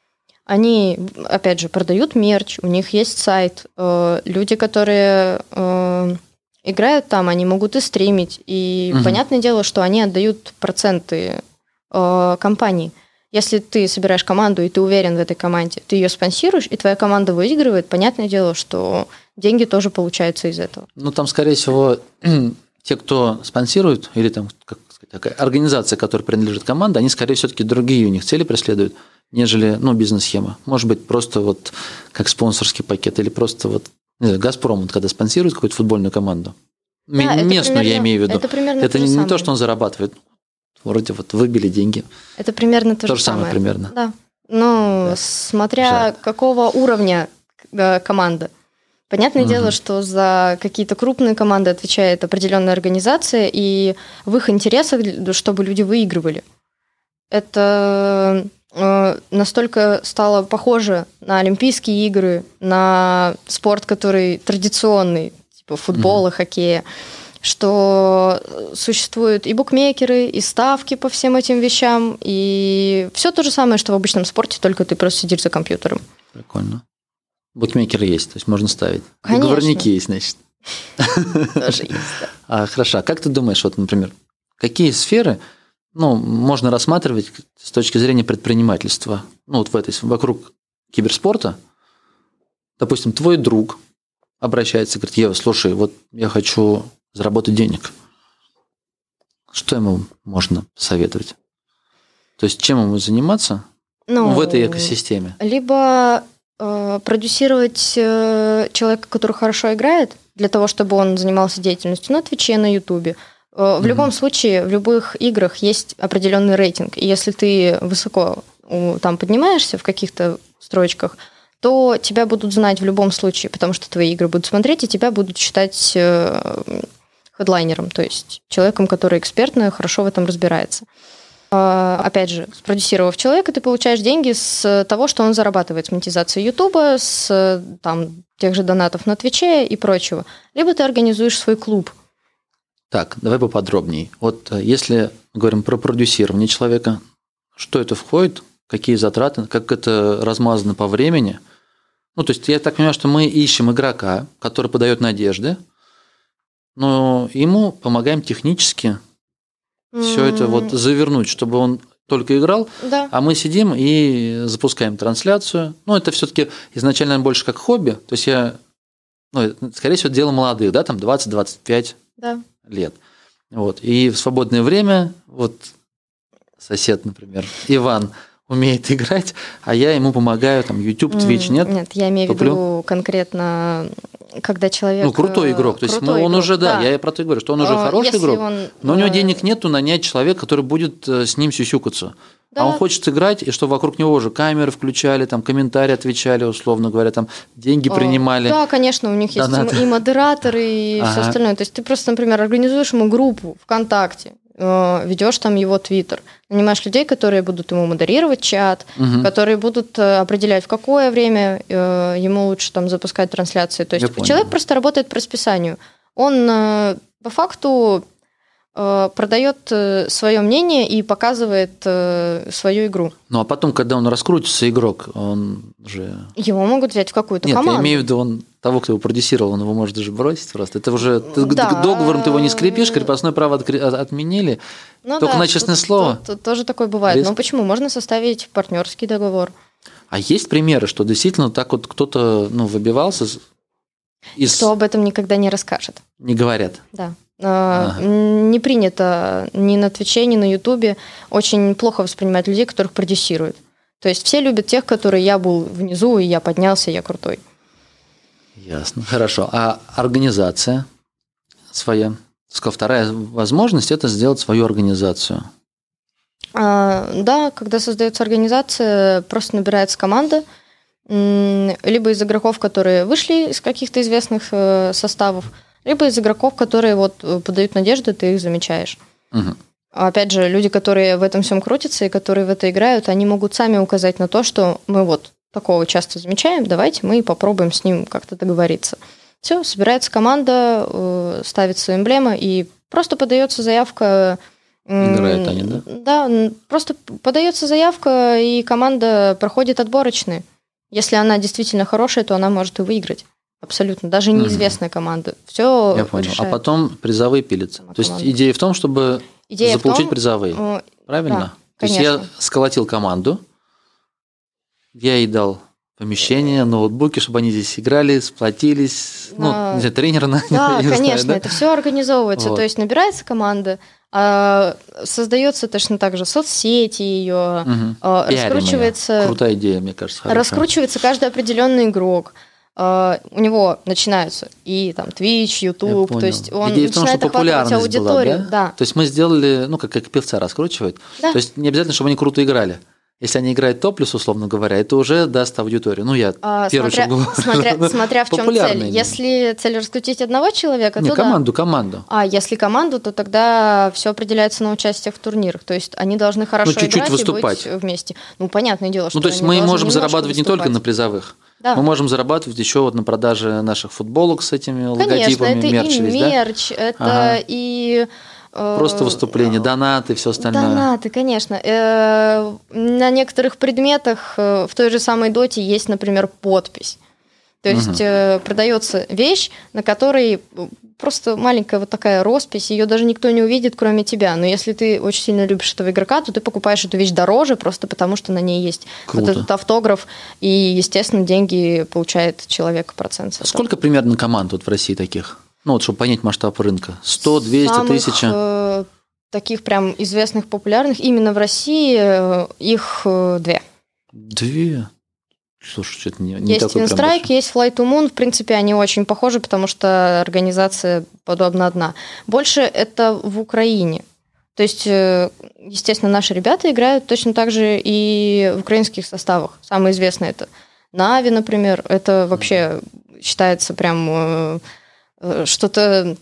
Они, опять же, продают мерч, у них есть сайт. Люди, которые играют там, они могут и стримить. И понятное дело, что они отдают проценты компании. Если ты собираешь команду, и ты уверен в этой команде, ты ее спонсируешь, и твоя команда выигрывает, понятное дело, что деньги тоже получаются из этого. Там, скорее всего, те, кто спонсирует, или такая организация, которая принадлежит команде, они, скорее, все-таки другие у них цели преследуют, нежели бизнес-схема. Может быть, просто как спонсорский пакет, или просто «Газпром», когда спонсирует какую-то футбольную команду. Да, местную, я имею в виду. Это не то, что он зарабатывает. Вроде выбили деньги. Это примерно то же самое. Примерно. Да. Да. Смотря какого уровня команда. Понятное дело, что за какие-то крупные команды отвечает определенная организация, и в их интересах, чтобы люди выигрывали. Это настолько стало похоже на Олимпийские игры, на спорт, который традиционный, типа футбола, хоккея, что существуют и букмекеры, и ставки по всем этим вещам, и все то же самое, что в обычном спорте, только ты просто сидишь за компьютером. Прикольно. Букмекеры есть, то есть можно ставить. Конечно. Договорники есть, значит. Тоже есть, да. Хорошо. А как ты думаешь, вот, например, какие сферы можно рассматривать с точки зрения предпринимательства? Вот вокруг киберспорта, допустим, твой друг обращается и говорит: Ева, слушай, вот я хочу заработать денег. Что ему можно советовать? То есть чем ему заниматься в этой экосистеме? Либо продюсировать человека, который хорошо играет, для того, чтобы он занимался деятельностью на Твиче, на Ютубе. В любом случае, в любых играх есть определенный рейтинг. И если ты высоко там поднимаешься в каких-то строчках, то тебя будут знать в любом случае, потому что твои игры будут смотреть, и тебя будут считать хедлайнером, то есть человеком, который экспертно, хорошо в этом разбирается. Опять же, спродюсировав человека, ты получаешь деньги с того, что он зарабатывает с монетизации Ютуба, с тех же донатов на Твиче и прочего. Либо ты организуешь свой клуб. Так, давай поподробнее. Вот если мы говорим про продюсирование человека, что это входит, какие затраты, как это размазано по времени? То есть я так понимаю, что мы ищем игрока, который подает надежды, но ему помогаем технически все это завернуть, чтобы он только играл, да. А мы сидим и запускаем трансляцию. Это все-таки изначально больше как хобби, то есть скорее всего, дело молодых, да, там 20-25 лет. И в свободное время, сосед, например, Иван умеет играть, а я ему помогаю, YouTube, Twitch, нет? Нет, я имею в виду конкретно, когда человек... крутой игрок, то есть он уже, я про то и говорю, что он уже хороший игрок, но у него денег нету нанять человека, который будет с ним сюсюкаться. Да. А он хочет играть, и чтобы вокруг него уже камеры включали, комментарии отвечали, условно говоря, деньги принимали. Да, конечно, у них есть и модераторы, и все остальное. То есть ты просто, например, организуешь ему группу ВКонтакте, ведешь там его Твиттер, нанимаешь людей, которые будут ему модерировать чат, которые будут определять, в какое время ему лучше запускать трансляции. То есть человек просто работает по расписанию. Он по факту продает свое мнение и показывает свою игру. А потом, когда он раскрутится, игрок, он же... Его могут взять в какую-то команду. Нет, я имею в виду, того, кто его продюсировал, он его может даже бросить просто. Это уже... Договором ты его не скрепишь, крепостное право отменили. Только на честное слово. Тоже такое бывает. Но почему? Можно составить партнерский договор. А есть примеры, что действительно так кто-то выбивался? Кто об этом никогда не расскажет. Не говорят? Да. Не принято ни на Твиче, ни на Ютубе очень плохо воспринимать людей, которых продюсируют. То есть все любят тех, которые я был внизу, и я поднялся, и я крутой. Ясно, хорошо. А организация своя? Вторая возможность – это сделать свою организацию. Да, когда создается организация, просто набирается команда, либо из игроков, которые вышли из каких-то известных составов, либо из игроков, которые подают надежды, ты их замечаешь. Опять же, люди, которые в этом всем крутятся и которые в это играют, они могут сами указать на то, что мы такого часто замечаем, давайте мы попробуем с ним как-то договориться. Все, собирается команда, ставится эмблема, и просто подается заявка. Играют они, да? Да, просто подается заявка, и команда проходит отборочные. Если она действительно хорошая, то она может и выиграть. Абсолютно, даже неизвестная команда. Все. Я понял. А потом призовые пилятся. То есть идея в том, чтобы заполучить призовые. Правильно? Да, то есть я сколотил команду, я ей дал помещение, ноутбуки, чтобы они здесь играли, сплотились, не знаю, тренера наняли. Да, конечно, это все организовывается. То есть набирается команда, создается точно так же соцсети ее, раскручивается. Крутая идея, мне кажется. Хорошая. Раскручивается каждый определенный игрок. У него начинаются и Twitch, YouTube, то есть он идея в том, начинает что охватывать аудиторию. Была, да? То есть мы сделали, как певца раскручивают, да. То есть не обязательно, чтобы они круто играли. Если они играют топлес, условно говоря, это уже даст аудиторию. Ну, я первый шаг говорю. Смотря в чем цель. Если цель раскрутить одного человека, то команду. А если команду, то тогда все определяется на участиях в турнирах. То есть они должны хорошо чуть-чуть играть выступать. И быть вместе. Ну, понятное дело, что то есть мы можем зарабатывать не только на призовых. Да. Мы можем зарабатывать еще вот на продаже наших футболок с этими логотипами. Конечно, это и мерч, это и... Просто выступления, донаты, все остальное. Донаты, конечно. На некоторых предметах в той же самой доте есть, например, подпись. То есть продается вещь, на которой просто маленькая вот такая роспись, ее даже никто не увидит, кроме тебя. Но если ты очень сильно любишь этого игрока, то ты покупаешь эту вещь дороже, просто потому что на ней есть вот этот автограф, и, естественно, деньги получает человек процент с этого. Сколько примерно команд вот в России таких? Ну, вот, чтобы понять масштаб рынка. 100, 200, 1000? Таких прям известных, популярных, именно в России их 2. 2? Слушай, что-то не есть такой Есть прям InStrike, есть Fly to Moon. В принципе, они очень похожи, потому что организация подобна одна. Больше это в Украине. То есть, естественно, наши ребята играют точно так же и в украинских составах. Самое известное это Нави, например. Это вообще считается прям... что-то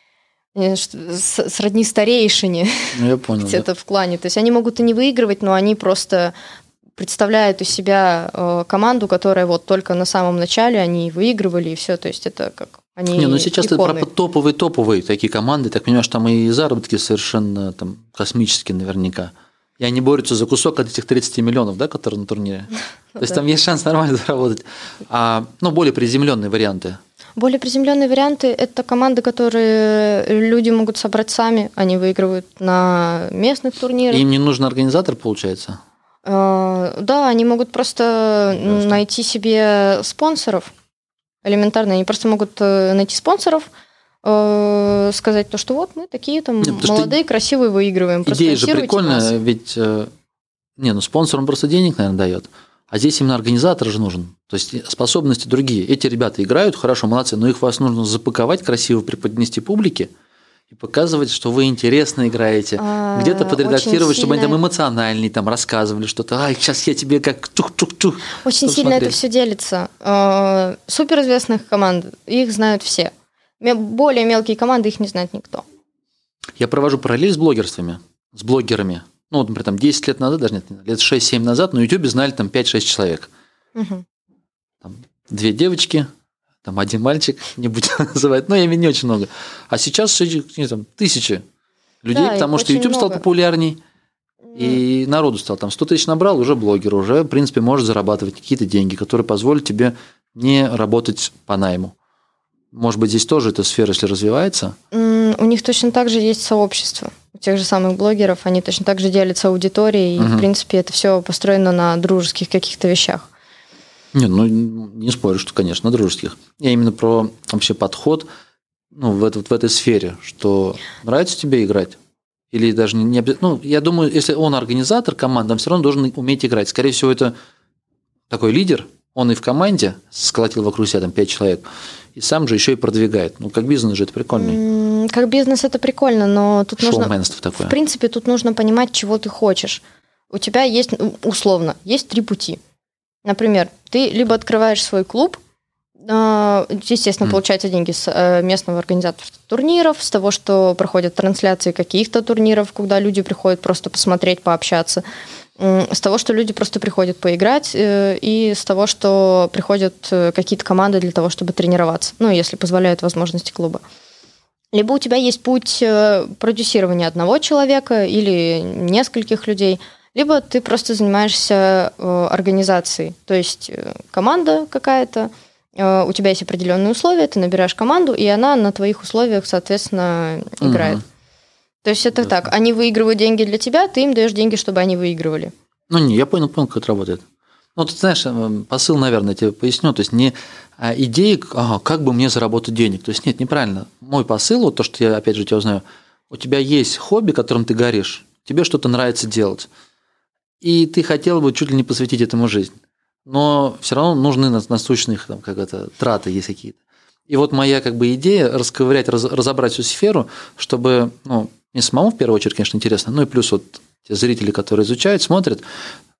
сродни старейшине. Я понял, где-то в клане. То есть они могут и не выигрывать, но они просто представляют у себя команду, которая вот только на самом начале они выигрывали, и все. То есть это как они сейчас иконы. Это про топовые такие команды. Так понимаешь, там и заработки совершенно там космические наверняка. И они борются за кусок от этих 30 миллионов, да, которые на турнире. То есть там есть шанс нормально заработать. Более приземленные варианты. Более приземленные варианты – это команды, которые люди могут собрать сами. Они выигрывают на местных турнирах. Им не нужен организатор, получается? Да, они могут просто найти себе спонсоров. Элементарно. Они просто могут найти спонсоров, сказать то, что вот мы такие там молодые, красивые, выигрываем. Идея же прикольная, ведь спонсор он просто денег, наверное, дает. А здесь именно организатор же нужен. То есть способности другие. Эти ребята играют, хорошо, молодцы, но вас нужно запаковать, красиво преподнести публике и показывать, что вы интересно играете. Где-то подредактировать, чтобы они там эмоциональнее там рассказывали что-то. Сейчас я тебе как тух-тух-тух. Очень сильно это все делится. Суперизвестных команд, их знают все. Более мелкие команды, их не знает никто. Я провожу параллель с блогерствами, с блогерами. Ну, вот, например, там 10 лет назад, даже нет, лет 6-7 назад на YouTube знали там 5-6 человек. Угу. Там 2 девочки, там 1 мальчик, не будем называть, но я имею не очень много. А сейчас там, тысячи людей, да, потому что YouTube стал популярней, и народу стал. Там 100 тысяч набрал, уже блогер, уже, в принципе, может зарабатывать какие-то деньги, которые позволят тебе не работать по найму. Может быть, здесь тоже эта сфера, если развивается? У них точно так же есть сообщество. У тех же самых блогеров они точно так же делятся аудиторией, и, в принципе, это все построено на дружеских каких-то вещах. Не спорю, что, конечно, на дружеских. Я именно про вообще подход в этой сфере, что нравится тебе играть, или даже не обязательно. Я думаю, если он организатор команды, он все равно должен уметь играть. Скорее всего, это такой лидер, он и в команде сколотил вокруг себя там 5 человек, и сам же еще и продвигает. Как бизнес же это прикольно. Как бизнес это прикольно, но тут шоуменство такое. В принципе, тут нужно понимать, чего ты хочешь. У тебя есть, условно, есть 3 пути. Например, ты либо открываешь свой клуб, естественно, получаются деньги с местного организатора турниров, с того, что проходят трансляции каких-то турниров, куда люди приходят просто посмотреть, пообщаться, с того, что люди просто приходят поиграть, и с того, что приходят какие-то команды для того, чтобы тренироваться, если позволяют возможности клуба. Либо у тебя есть путь продюсирования одного человека или нескольких людей, либо ты просто занимаешься организацией, то есть команда какая-то, у тебя есть определенные условия, ты набираешь команду, и она на твоих условиях, соответственно, играет. То есть это так, они выигрывают деньги для тебя, ты им даешь деньги, чтобы они выигрывали. Я понял, как это работает. Ты знаешь, посыл, наверное, я тебе поясню, то есть не идеи, как бы мне заработать денег, то есть нет, неправильно. Мой посыл, то, что я, опять же, тебя узнаю, у тебя есть хобби, которым ты горишь, тебе что-то нравится делать, и ты хотел бы чуть ли не посвятить этому жизнь, но все равно нужны насущные траты есть какие-то. И вот моя идея расковырять, разобрать всю сферу, чтобы, мне самому в первую очередь, конечно, интересно, и плюс те зрители, которые изучают, смотрят,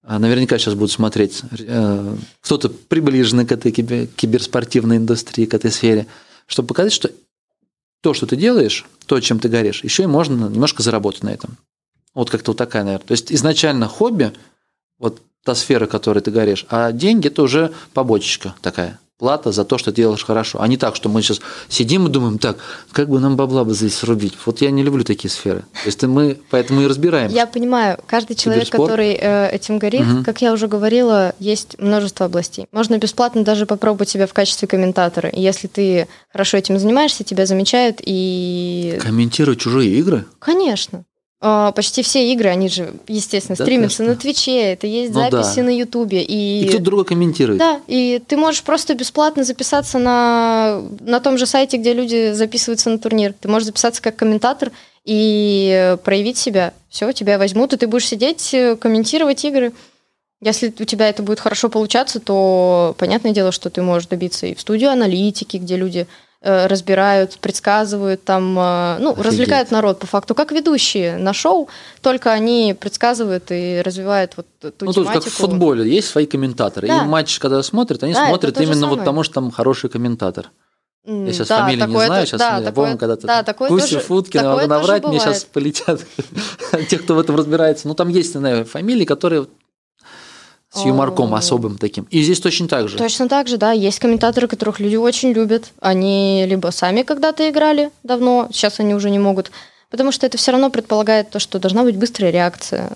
наверняка сейчас будут смотреть кто-то приближенный к этой киберспортивной индустрии, к этой сфере, чтобы показать, что то, что ты делаешь, то, чем ты горишь, еще и можно немножко заработать на этом. Вот как-то вот такая, наверное. То есть изначально хобби, вот та сфера, которой ты горишь, а деньги – это уже побочечка такая. Плата за то, что ты делаешь хорошо. А не так, что мы сейчас сидим и думаем, так, как бы нам бабла бы здесь срубить. Вот я не люблю такие сферы. То есть мы поэтому и разбираем. Я понимаю, каждый человек, который этим горит, как я уже говорила, есть множество областей. Можно бесплатно даже попробовать себя в качестве комментатора. И если ты хорошо этим занимаешься, тебя замечают и... Комментировать чужие игры? Конечно. Почти все игры, они же, естественно, стримятся на Твиче, это есть записи на Ютубе. И кто-то друга комментирует. Да, и ты можешь просто бесплатно записаться на том же сайте, где люди записываются на турнир. Ты можешь записаться как комментатор и проявить себя. Все, тебя возьмут, и ты будешь сидеть, комментировать игры. Если у тебя это будет хорошо получаться, то понятное дело, что ты можешь добиться и в студию аналитики, где люди разбирают, предсказывают, там, развлекают народ по факту, как ведущие на шоу, только они предсказывают и развивают вот ту тематику. Тут как в футболе, есть свои комментаторы. Да. И матч, когда смотрят, они смотрят именно вот потому, что там хороший комментатор. Я сейчас фамилии не знаю, сейчас я помню, когда-то Гусев, Уткин, могу наврать, мне сейчас полетят те, кто в этом разбирается. Ну, там есть, наверное, фамилии, которые... С юморком особым таким. И здесь точно так же. Точно так же, да. Есть комментаторы, которых люди очень любят. Они либо сами когда-то играли давно, сейчас они уже не могут. Потому что это все равно предполагает то, что должна быть быстрая реакция.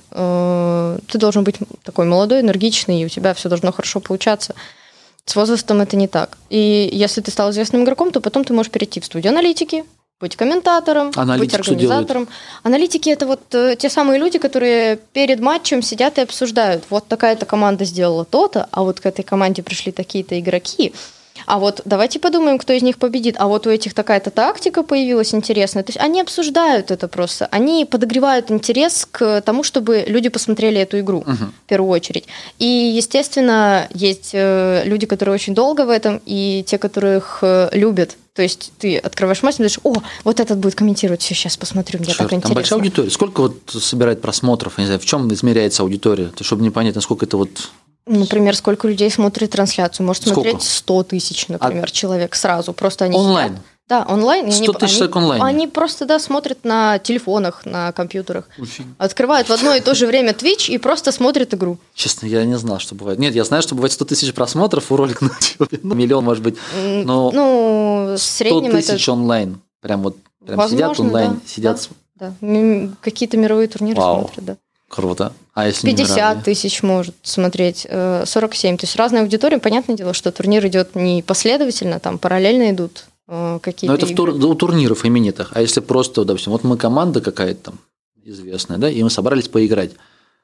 Ты должен быть такой молодой, энергичный, и у тебя все должно хорошо получаться. С возрастом это не так. И если ты стал известным игроком, то потом ты можешь перейти в студию аналитики, быть комментатором, быть организатором. Аналитики – это вот те самые люди, которые перед матчем сидят и обсуждают. Вот такая-то команда сделала то-то, а вот к этой команде пришли такие-то игроки. А вот давайте подумаем, кто из них победит. А вот у этих такая-то тактика появилась интересная. То есть они обсуждают это просто. Они подогревают интерес к тому, чтобы люди посмотрели эту игру в первую очередь. И, естественно, есть люди, которые очень долго в этом, и те, которых любят. То есть ты открываешь матч и думаешь, вот этот будет комментировать, все, сейчас посмотрю, мне так интересно. Там большая аудитория. Сколько вот собирает просмотров? Я не знаю, в чем измеряется аудитория? Чтобы не понять, насколько это вот... Например, сколько людей смотрит трансляцию? Может смотреть 100 тысяч, например, человек сразу. Просто они онлайн? Сидят. Да, онлайн. 100 тысяч человек онлайн? Они просто, смотрят на телефонах, на компьютерах. Открывают в одно и то же время Twitch и просто смотрят игру. Честно, я не знал, что бывает. Нет, я знаю, что бывает 100 тысяч просмотров у ролика на YouTube. Миллион, может быть. Но в среднем 100 тысяч онлайн. Прям возможно, сидят онлайн, сидят. Да. Какие-то мировые турниры смотрят, да. Круто. А если 50 тысяч может смотреть, 47. То есть разная аудитория. Понятное дело, что турнир идет не последовательно, там параллельно идут какие-то. Но это у турниров именитых. А если просто, допустим, вот мы команда какая-то там известная, да, и мы собрались поиграть.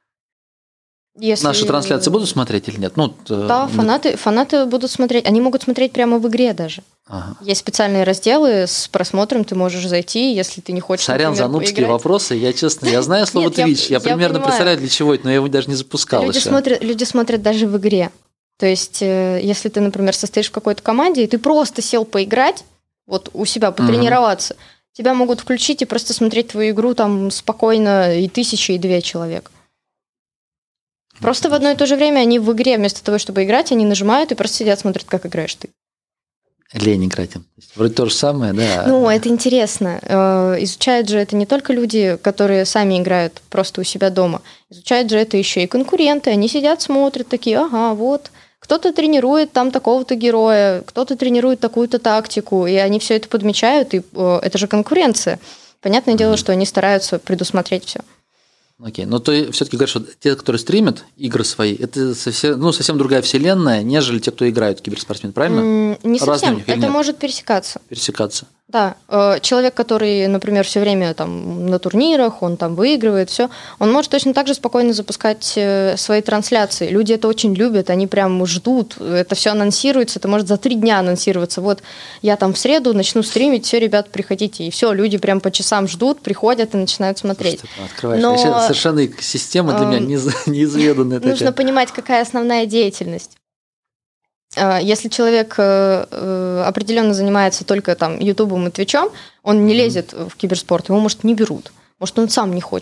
Наши трансляции будут смотреть или нет? Да, фанаты будут смотреть. Они могут смотреть прямо в игре даже. Ага. Есть специальные разделы с просмотром, ты можешь зайти, если ты не хочешь, Сорян за нубские вопросы, я знаю слово Twitch, я примерно представляю, для чего это, но я его даже не запускал еще. Люди смотрят даже в игре. То есть, если ты, например, состоишь в какой-то команде, и ты просто сел поиграть, вот у себя потренироваться, тебя могут включить и просто смотреть твою игру там спокойно и 1000, и 2 человек. Просто в одно и то же время они в игре, вместо того, чтобы играть, они нажимают и просто сидят, смотрят, как играешь ты. Лень играть. Вроде то же самое, да. Это интересно. Изучают же это не только люди, которые сами играют просто у себя дома. Изучают же это еще и конкуренты. Они сидят, смотрят, такие, вот. Кто-то тренирует там такого-то героя, кто-то тренирует такую-то тактику, и они все это подмечают, и это же конкуренция. Понятное дело, что они стараются предусмотреть все. Окей, но ты все-таки говоришь, что те, которые стримят игры свои, это совсем другая вселенная, нежели те, кто играют в киберспортсмен, правильно? Не совсем, это может пересекаться. Да, человек, который, например, все время там на турнирах, он там выигрывает, все, он может точно так же спокойно запускать свои трансляции. Люди это очень любят, они прям ждут, это все анонсируется, это может за 3 дня анонсироваться. Вот я там в среду начну стримить, все, ребят, приходите. И все, люди прям по часам ждут, приходят и начинают смотреть. Открываешь. Совершенно система для меня неизведанная. Нужно понимать, какая основная деятельность. Если человек определенно занимается только там Ютубом и Твичом, он не лезет в киберспорт, его, может, не берут, может, он сам не хочет.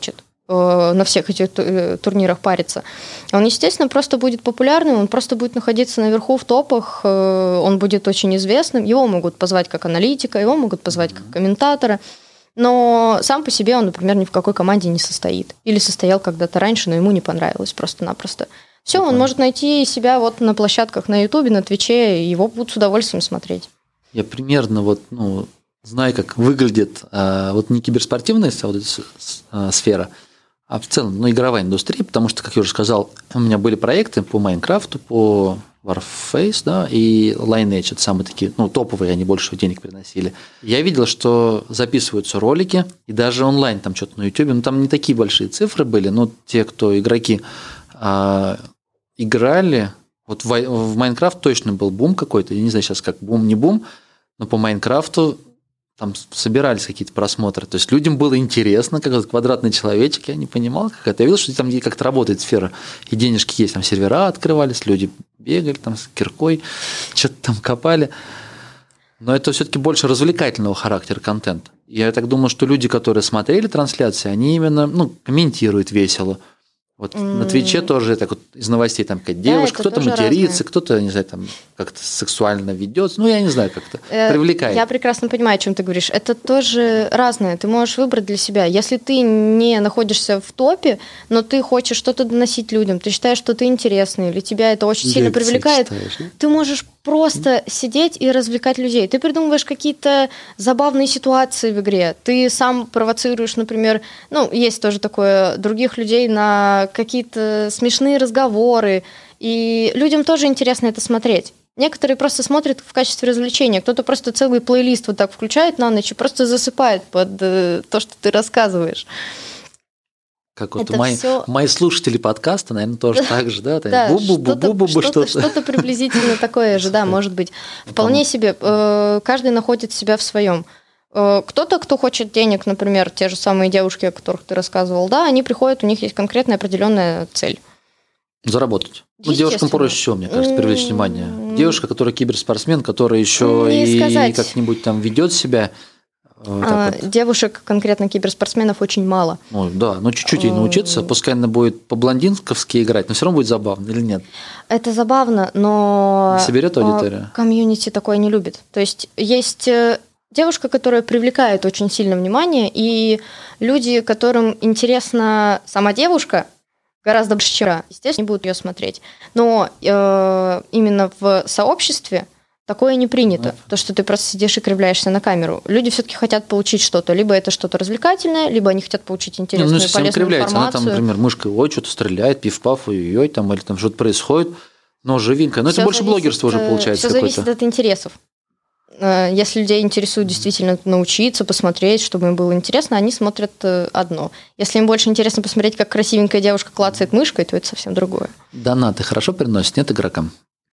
на всех этих турнирах париться. Он, естественно, просто будет популярным, он просто будет находиться наверху в топах, он будет очень известным, его могут позвать как аналитика, его могут позвать как комментатора, но сам по себе он, например, ни в какой команде не состоит. Или состоял когда-то раньше, но ему не понравилось просто-напросто. Все, он может найти себя вот на площадках на Ютубе, на Твиче, и его будут с удовольствием смотреть. Я примерно знаю, как выглядит не киберспортивная сфера, а в целом игровая индустрия, потому что, как я уже сказал, у меня были проекты по Майнкрафту, по Warface, да, и Lineage, это самые такие, топовые, они больше денег приносили. Я видел, что записываются ролики, и даже онлайн там что-то на YouTube, там не такие большие цифры были, но те, кто игроки играли, вот в Майнкрафт точно был бум какой-то, я не знаю сейчас как бум, не бум, но по Майнкрафту там собирались какие-то просмотры. То есть людям было интересно, как этот квадратный человечек, я не понимал, как это. Я видел, что там как-то работает сфера, и денежки есть, там сервера открывались, люди бегали там с киркой, что-то там копали. Но это все-таки больше развлекательного характера контента. Я так думаю, что люди, которые смотрели трансляции, они именно комментируют весело. Вот на Твиче тоже так вот из новостей там какая-то девушка, кто-то матерится, кто-то, не знаю, там как-то сексуально ведется, я не знаю, как-то привлекает. Я прекрасно понимаю, о чем ты говоришь. Это тоже разное. Ты можешь выбрать для себя. Если ты не находишься в топе, но ты хочешь что-то доносить людям, ты считаешь, что ты интересный, или тебя это очень сильно привлекает, ты можешь просто сидеть и развлекать людей. Ты придумываешь какие-то забавные ситуации в игре. Ты сам провоцируешь, например, есть тоже такое, других людей на какие-то смешные разговоры. И людям тоже интересно это смотреть. Некоторые просто смотрят в качестве развлечения. Кто-то просто целый плейлист вот так включает на ночь и просто засыпает под то, что ты рассказываешь. Как вот мои слушатели подкаста, наверное, тоже так же, да? Да, что-то приблизительно такое же, да, может быть. Вполне себе. Каждый находит себя в своем. Кто-то, кто хочет денег, например, те же самые девушки, о которых ты рассказывал, да, они приходят, у них есть конкретная определенная цель. Заработать. Девушкам проще всего, мне кажется, привлечь внимание. Девушка, которая киберспортсмен, которая еще и как-нибудь там ведет себя. Девушек, конкретно киберспортсменов, очень мало. Чуть-чуть ей научиться, пускай она будет по-блондинковски играть, но все равно будет забавно или нет? Это забавно, но соберет аудиторию. Комьюнити такое не любит. То есть девушка, которая привлекает очень сильно внимание, и люди, которым интересна сама девушка, гораздо больше, чем естественно, не будут ее смотреть. Но именно в сообществе такое не принято. То, что ты просто сидишь и кривляешься на камеру. Люди все-таки хотят получить что-то. Либо это что-то развлекательное, либо они хотят получить интересную и полезную информацию. Она там, например, мышкой, что-то стреляет, пиф-паф, ой-ой, там, или там что-то происходит. Но живенько. Но это больше блогерство уже получается какое-то. Все зависит от интересов. Если людей интересует действительно научиться, посмотреть, чтобы им было интересно, они смотрят одно. Если им больше интересно посмотреть, как красивенькая девушка клацает мышкой, то это совсем другое. Донаты хорошо приносят, нет, игрокам?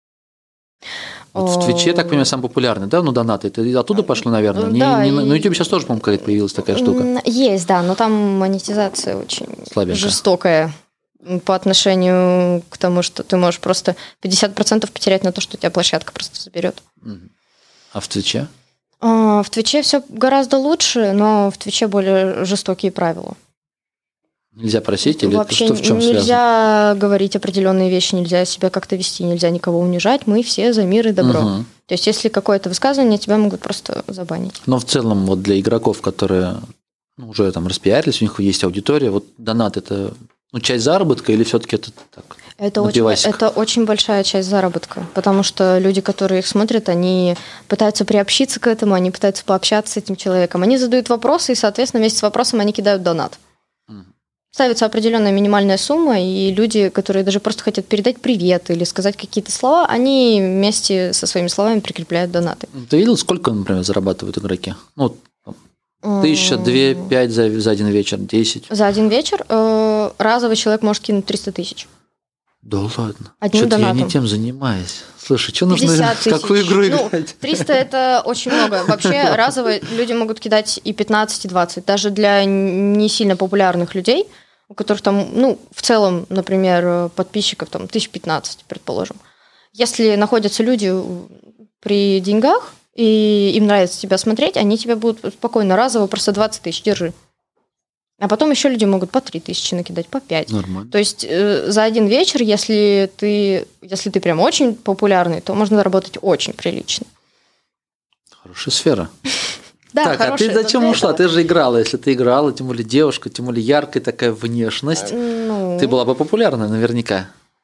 Вот в Твиче, я так понимаю, самый популярный, да? Донаты, это оттуда пошло, наверное? Да, на Ютубе сейчас тоже, по-моему, какая-то появилась такая штука. Есть, да, но там монетизация очень слабенько, жестокая по отношению к тому, что ты можешь просто 50% потерять на то, что у тебя площадка просто заберет. А в Твиче? В Твиче все гораздо лучше, но в Твиче более жестокие правила. Нельзя просить или вообще что в чем связано? Нельзя говорить определенные вещи, нельзя себя как-то вести, нельзя никого унижать. Мы все за мир и добро. То есть, если какое-то высказывание, тебя могут просто забанить. Но в целом вот для игроков, которые уже там распиарились, у них есть аудитория, вот донат – это часть заработка или все-таки это так? Это очень большая часть заработка, потому что люди, которые их смотрят, они пытаются приобщиться к этому, они пытаются пообщаться с этим человеком. Они задают вопросы, и, соответственно, вместе с вопросом они кидают донат. Ставится определенная минимальная сумма, и люди, которые даже просто хотят передать привет или сказать какие-то слова, они вместе со своими словами прикрепляют донаты. Ты видел, сколько, например, зарабатывают игроки? 1000, 2, 5 за один вечер, 10? За один вечер разовый человек может кинуть 300 тысяч. Да ладно. Одним Что-то донатом. я не тем занимаюсь. Слушай, что нужно, в какую игру играть? 300 – это очень много. Вообще разово люди могут кидать и 15, и 20. Даже для не сильно популярных людей, у которых там, в целом, например, подписчиков там 1015, предположим. Если находятся люди при деньгах, и им нравится тебя смотреть, они тебя будут спокойно разово, просто 20 тысяч, держи. А потом еще люди могут по 3000 накидать, по 5. Нормально. То есть за один вечер, если ты прям очень популярный, то можно заработать очень прилично. Хорошая сфера. Да, так, а ты зачем ушла? Ты же играла. Если ты играла, тем более девушка, тем более яркая такая внешность, ты была бы популярна наверняка.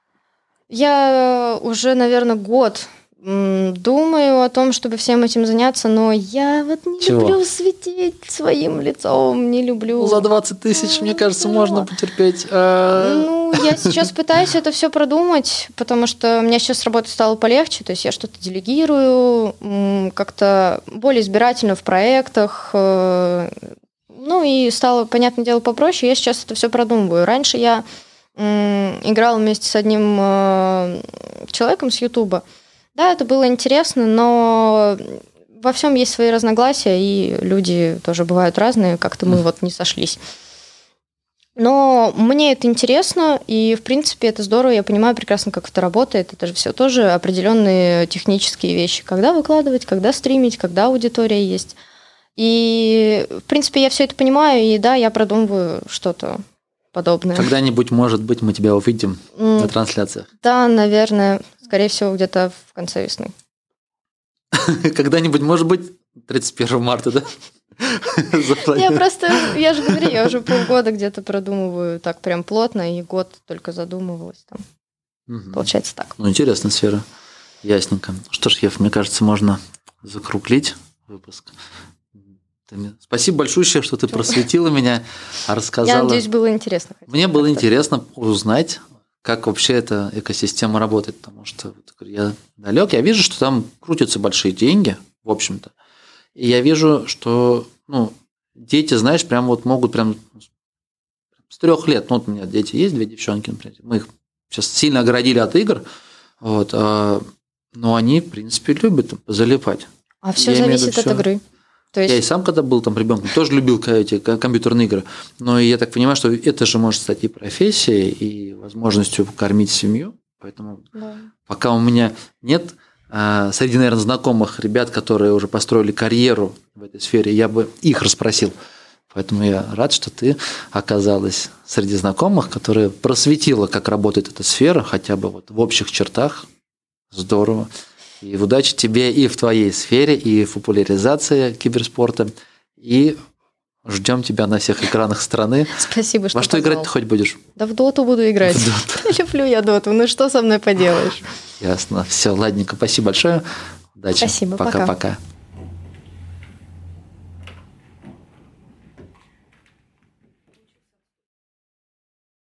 Я уже, наверное, год думаю о том, чтобы всем этим заняться, но я вот не люблю светить своим лицом, не люблю. За 20 тысяч, мне кажется, можно потерпеть. Я сейчас пытаюсь это все продумать, потому что у меня сейчас работа стала полегче, то есть я что-то делегирую, как-то более избирательно в проектах, и стало, понятное дело, попроще. Я сейчас это все продумываю. Раньше я играла вместе с одним человеком с Ютуба. Да, это было интересно, но во всем есть свои разногласия, и люди тоже бывают разные, как-то мы вот не сошлись. Но мне это интересно, и, в принципе, это здорово, я понимаю прекрасно, как это работает. Это же все тоже определенные технические вещи. Когда выкладывать, когда стримить, когда аудитория есть. И, в принципе, я все это понимаю, и да, я продумываю что-то подобное. Когда-нибудь, может быть, мы тебя увидим на трансляциях. Да, наверное, скорее всего, где-то в конце весны. Когда-нибудь, может быть, 31 марта, да? Я же говорю, я уже полгода где-то продумываю так прям плотно, и год только задумывалась там. Получается так. Интересная сфера. Ясненько. Что ж, Ев, мне кажется, можно закруглить выпуск. Спасибо большое, что ты просветила меня, рассказала. Я надеюсь, было интересно. Мне было интересно узнать, как вообще эта экосистема работает, потому что я далек, я вижу, что там крутятся большие деньги, в общем-то, и я вижу, что дети, знаешь, прям вот могут прям с 3 лет, у меня дети есть, 2 девчонки, например, мы их сейчас сильно оградили от игр, но они, в принципе, любят залипать. А все зависит от игры. То есть... Я и сам, когда был там ребенком, тоже любил эти компьютерные игры. Но я так понимаю, что это же может стать и профессией, и возможностью кормить семью. Поэтому пока у меня нет среди, наверное, знакомых ребят, которые уже построили карьеру в этой сфере, я бы их расспросил. Поэтому я рад, что ты оказалась среди знакомых, которые просветила, как работает эта сфера, хотя бы вот в общих чертах. Здорово. И удачи тебе и в твоей сфере, и в популяризации киберспорта. И ждем тебя на всех экранах страны. Спасибо, что Во что играть ты хоть будешь? Да в доту буду играть. Люблю я доту. Ну что со мной поделаешь? Ясно. Все, ладненько. Спасибо большое. Удачи. Спасибо. Пока-пока.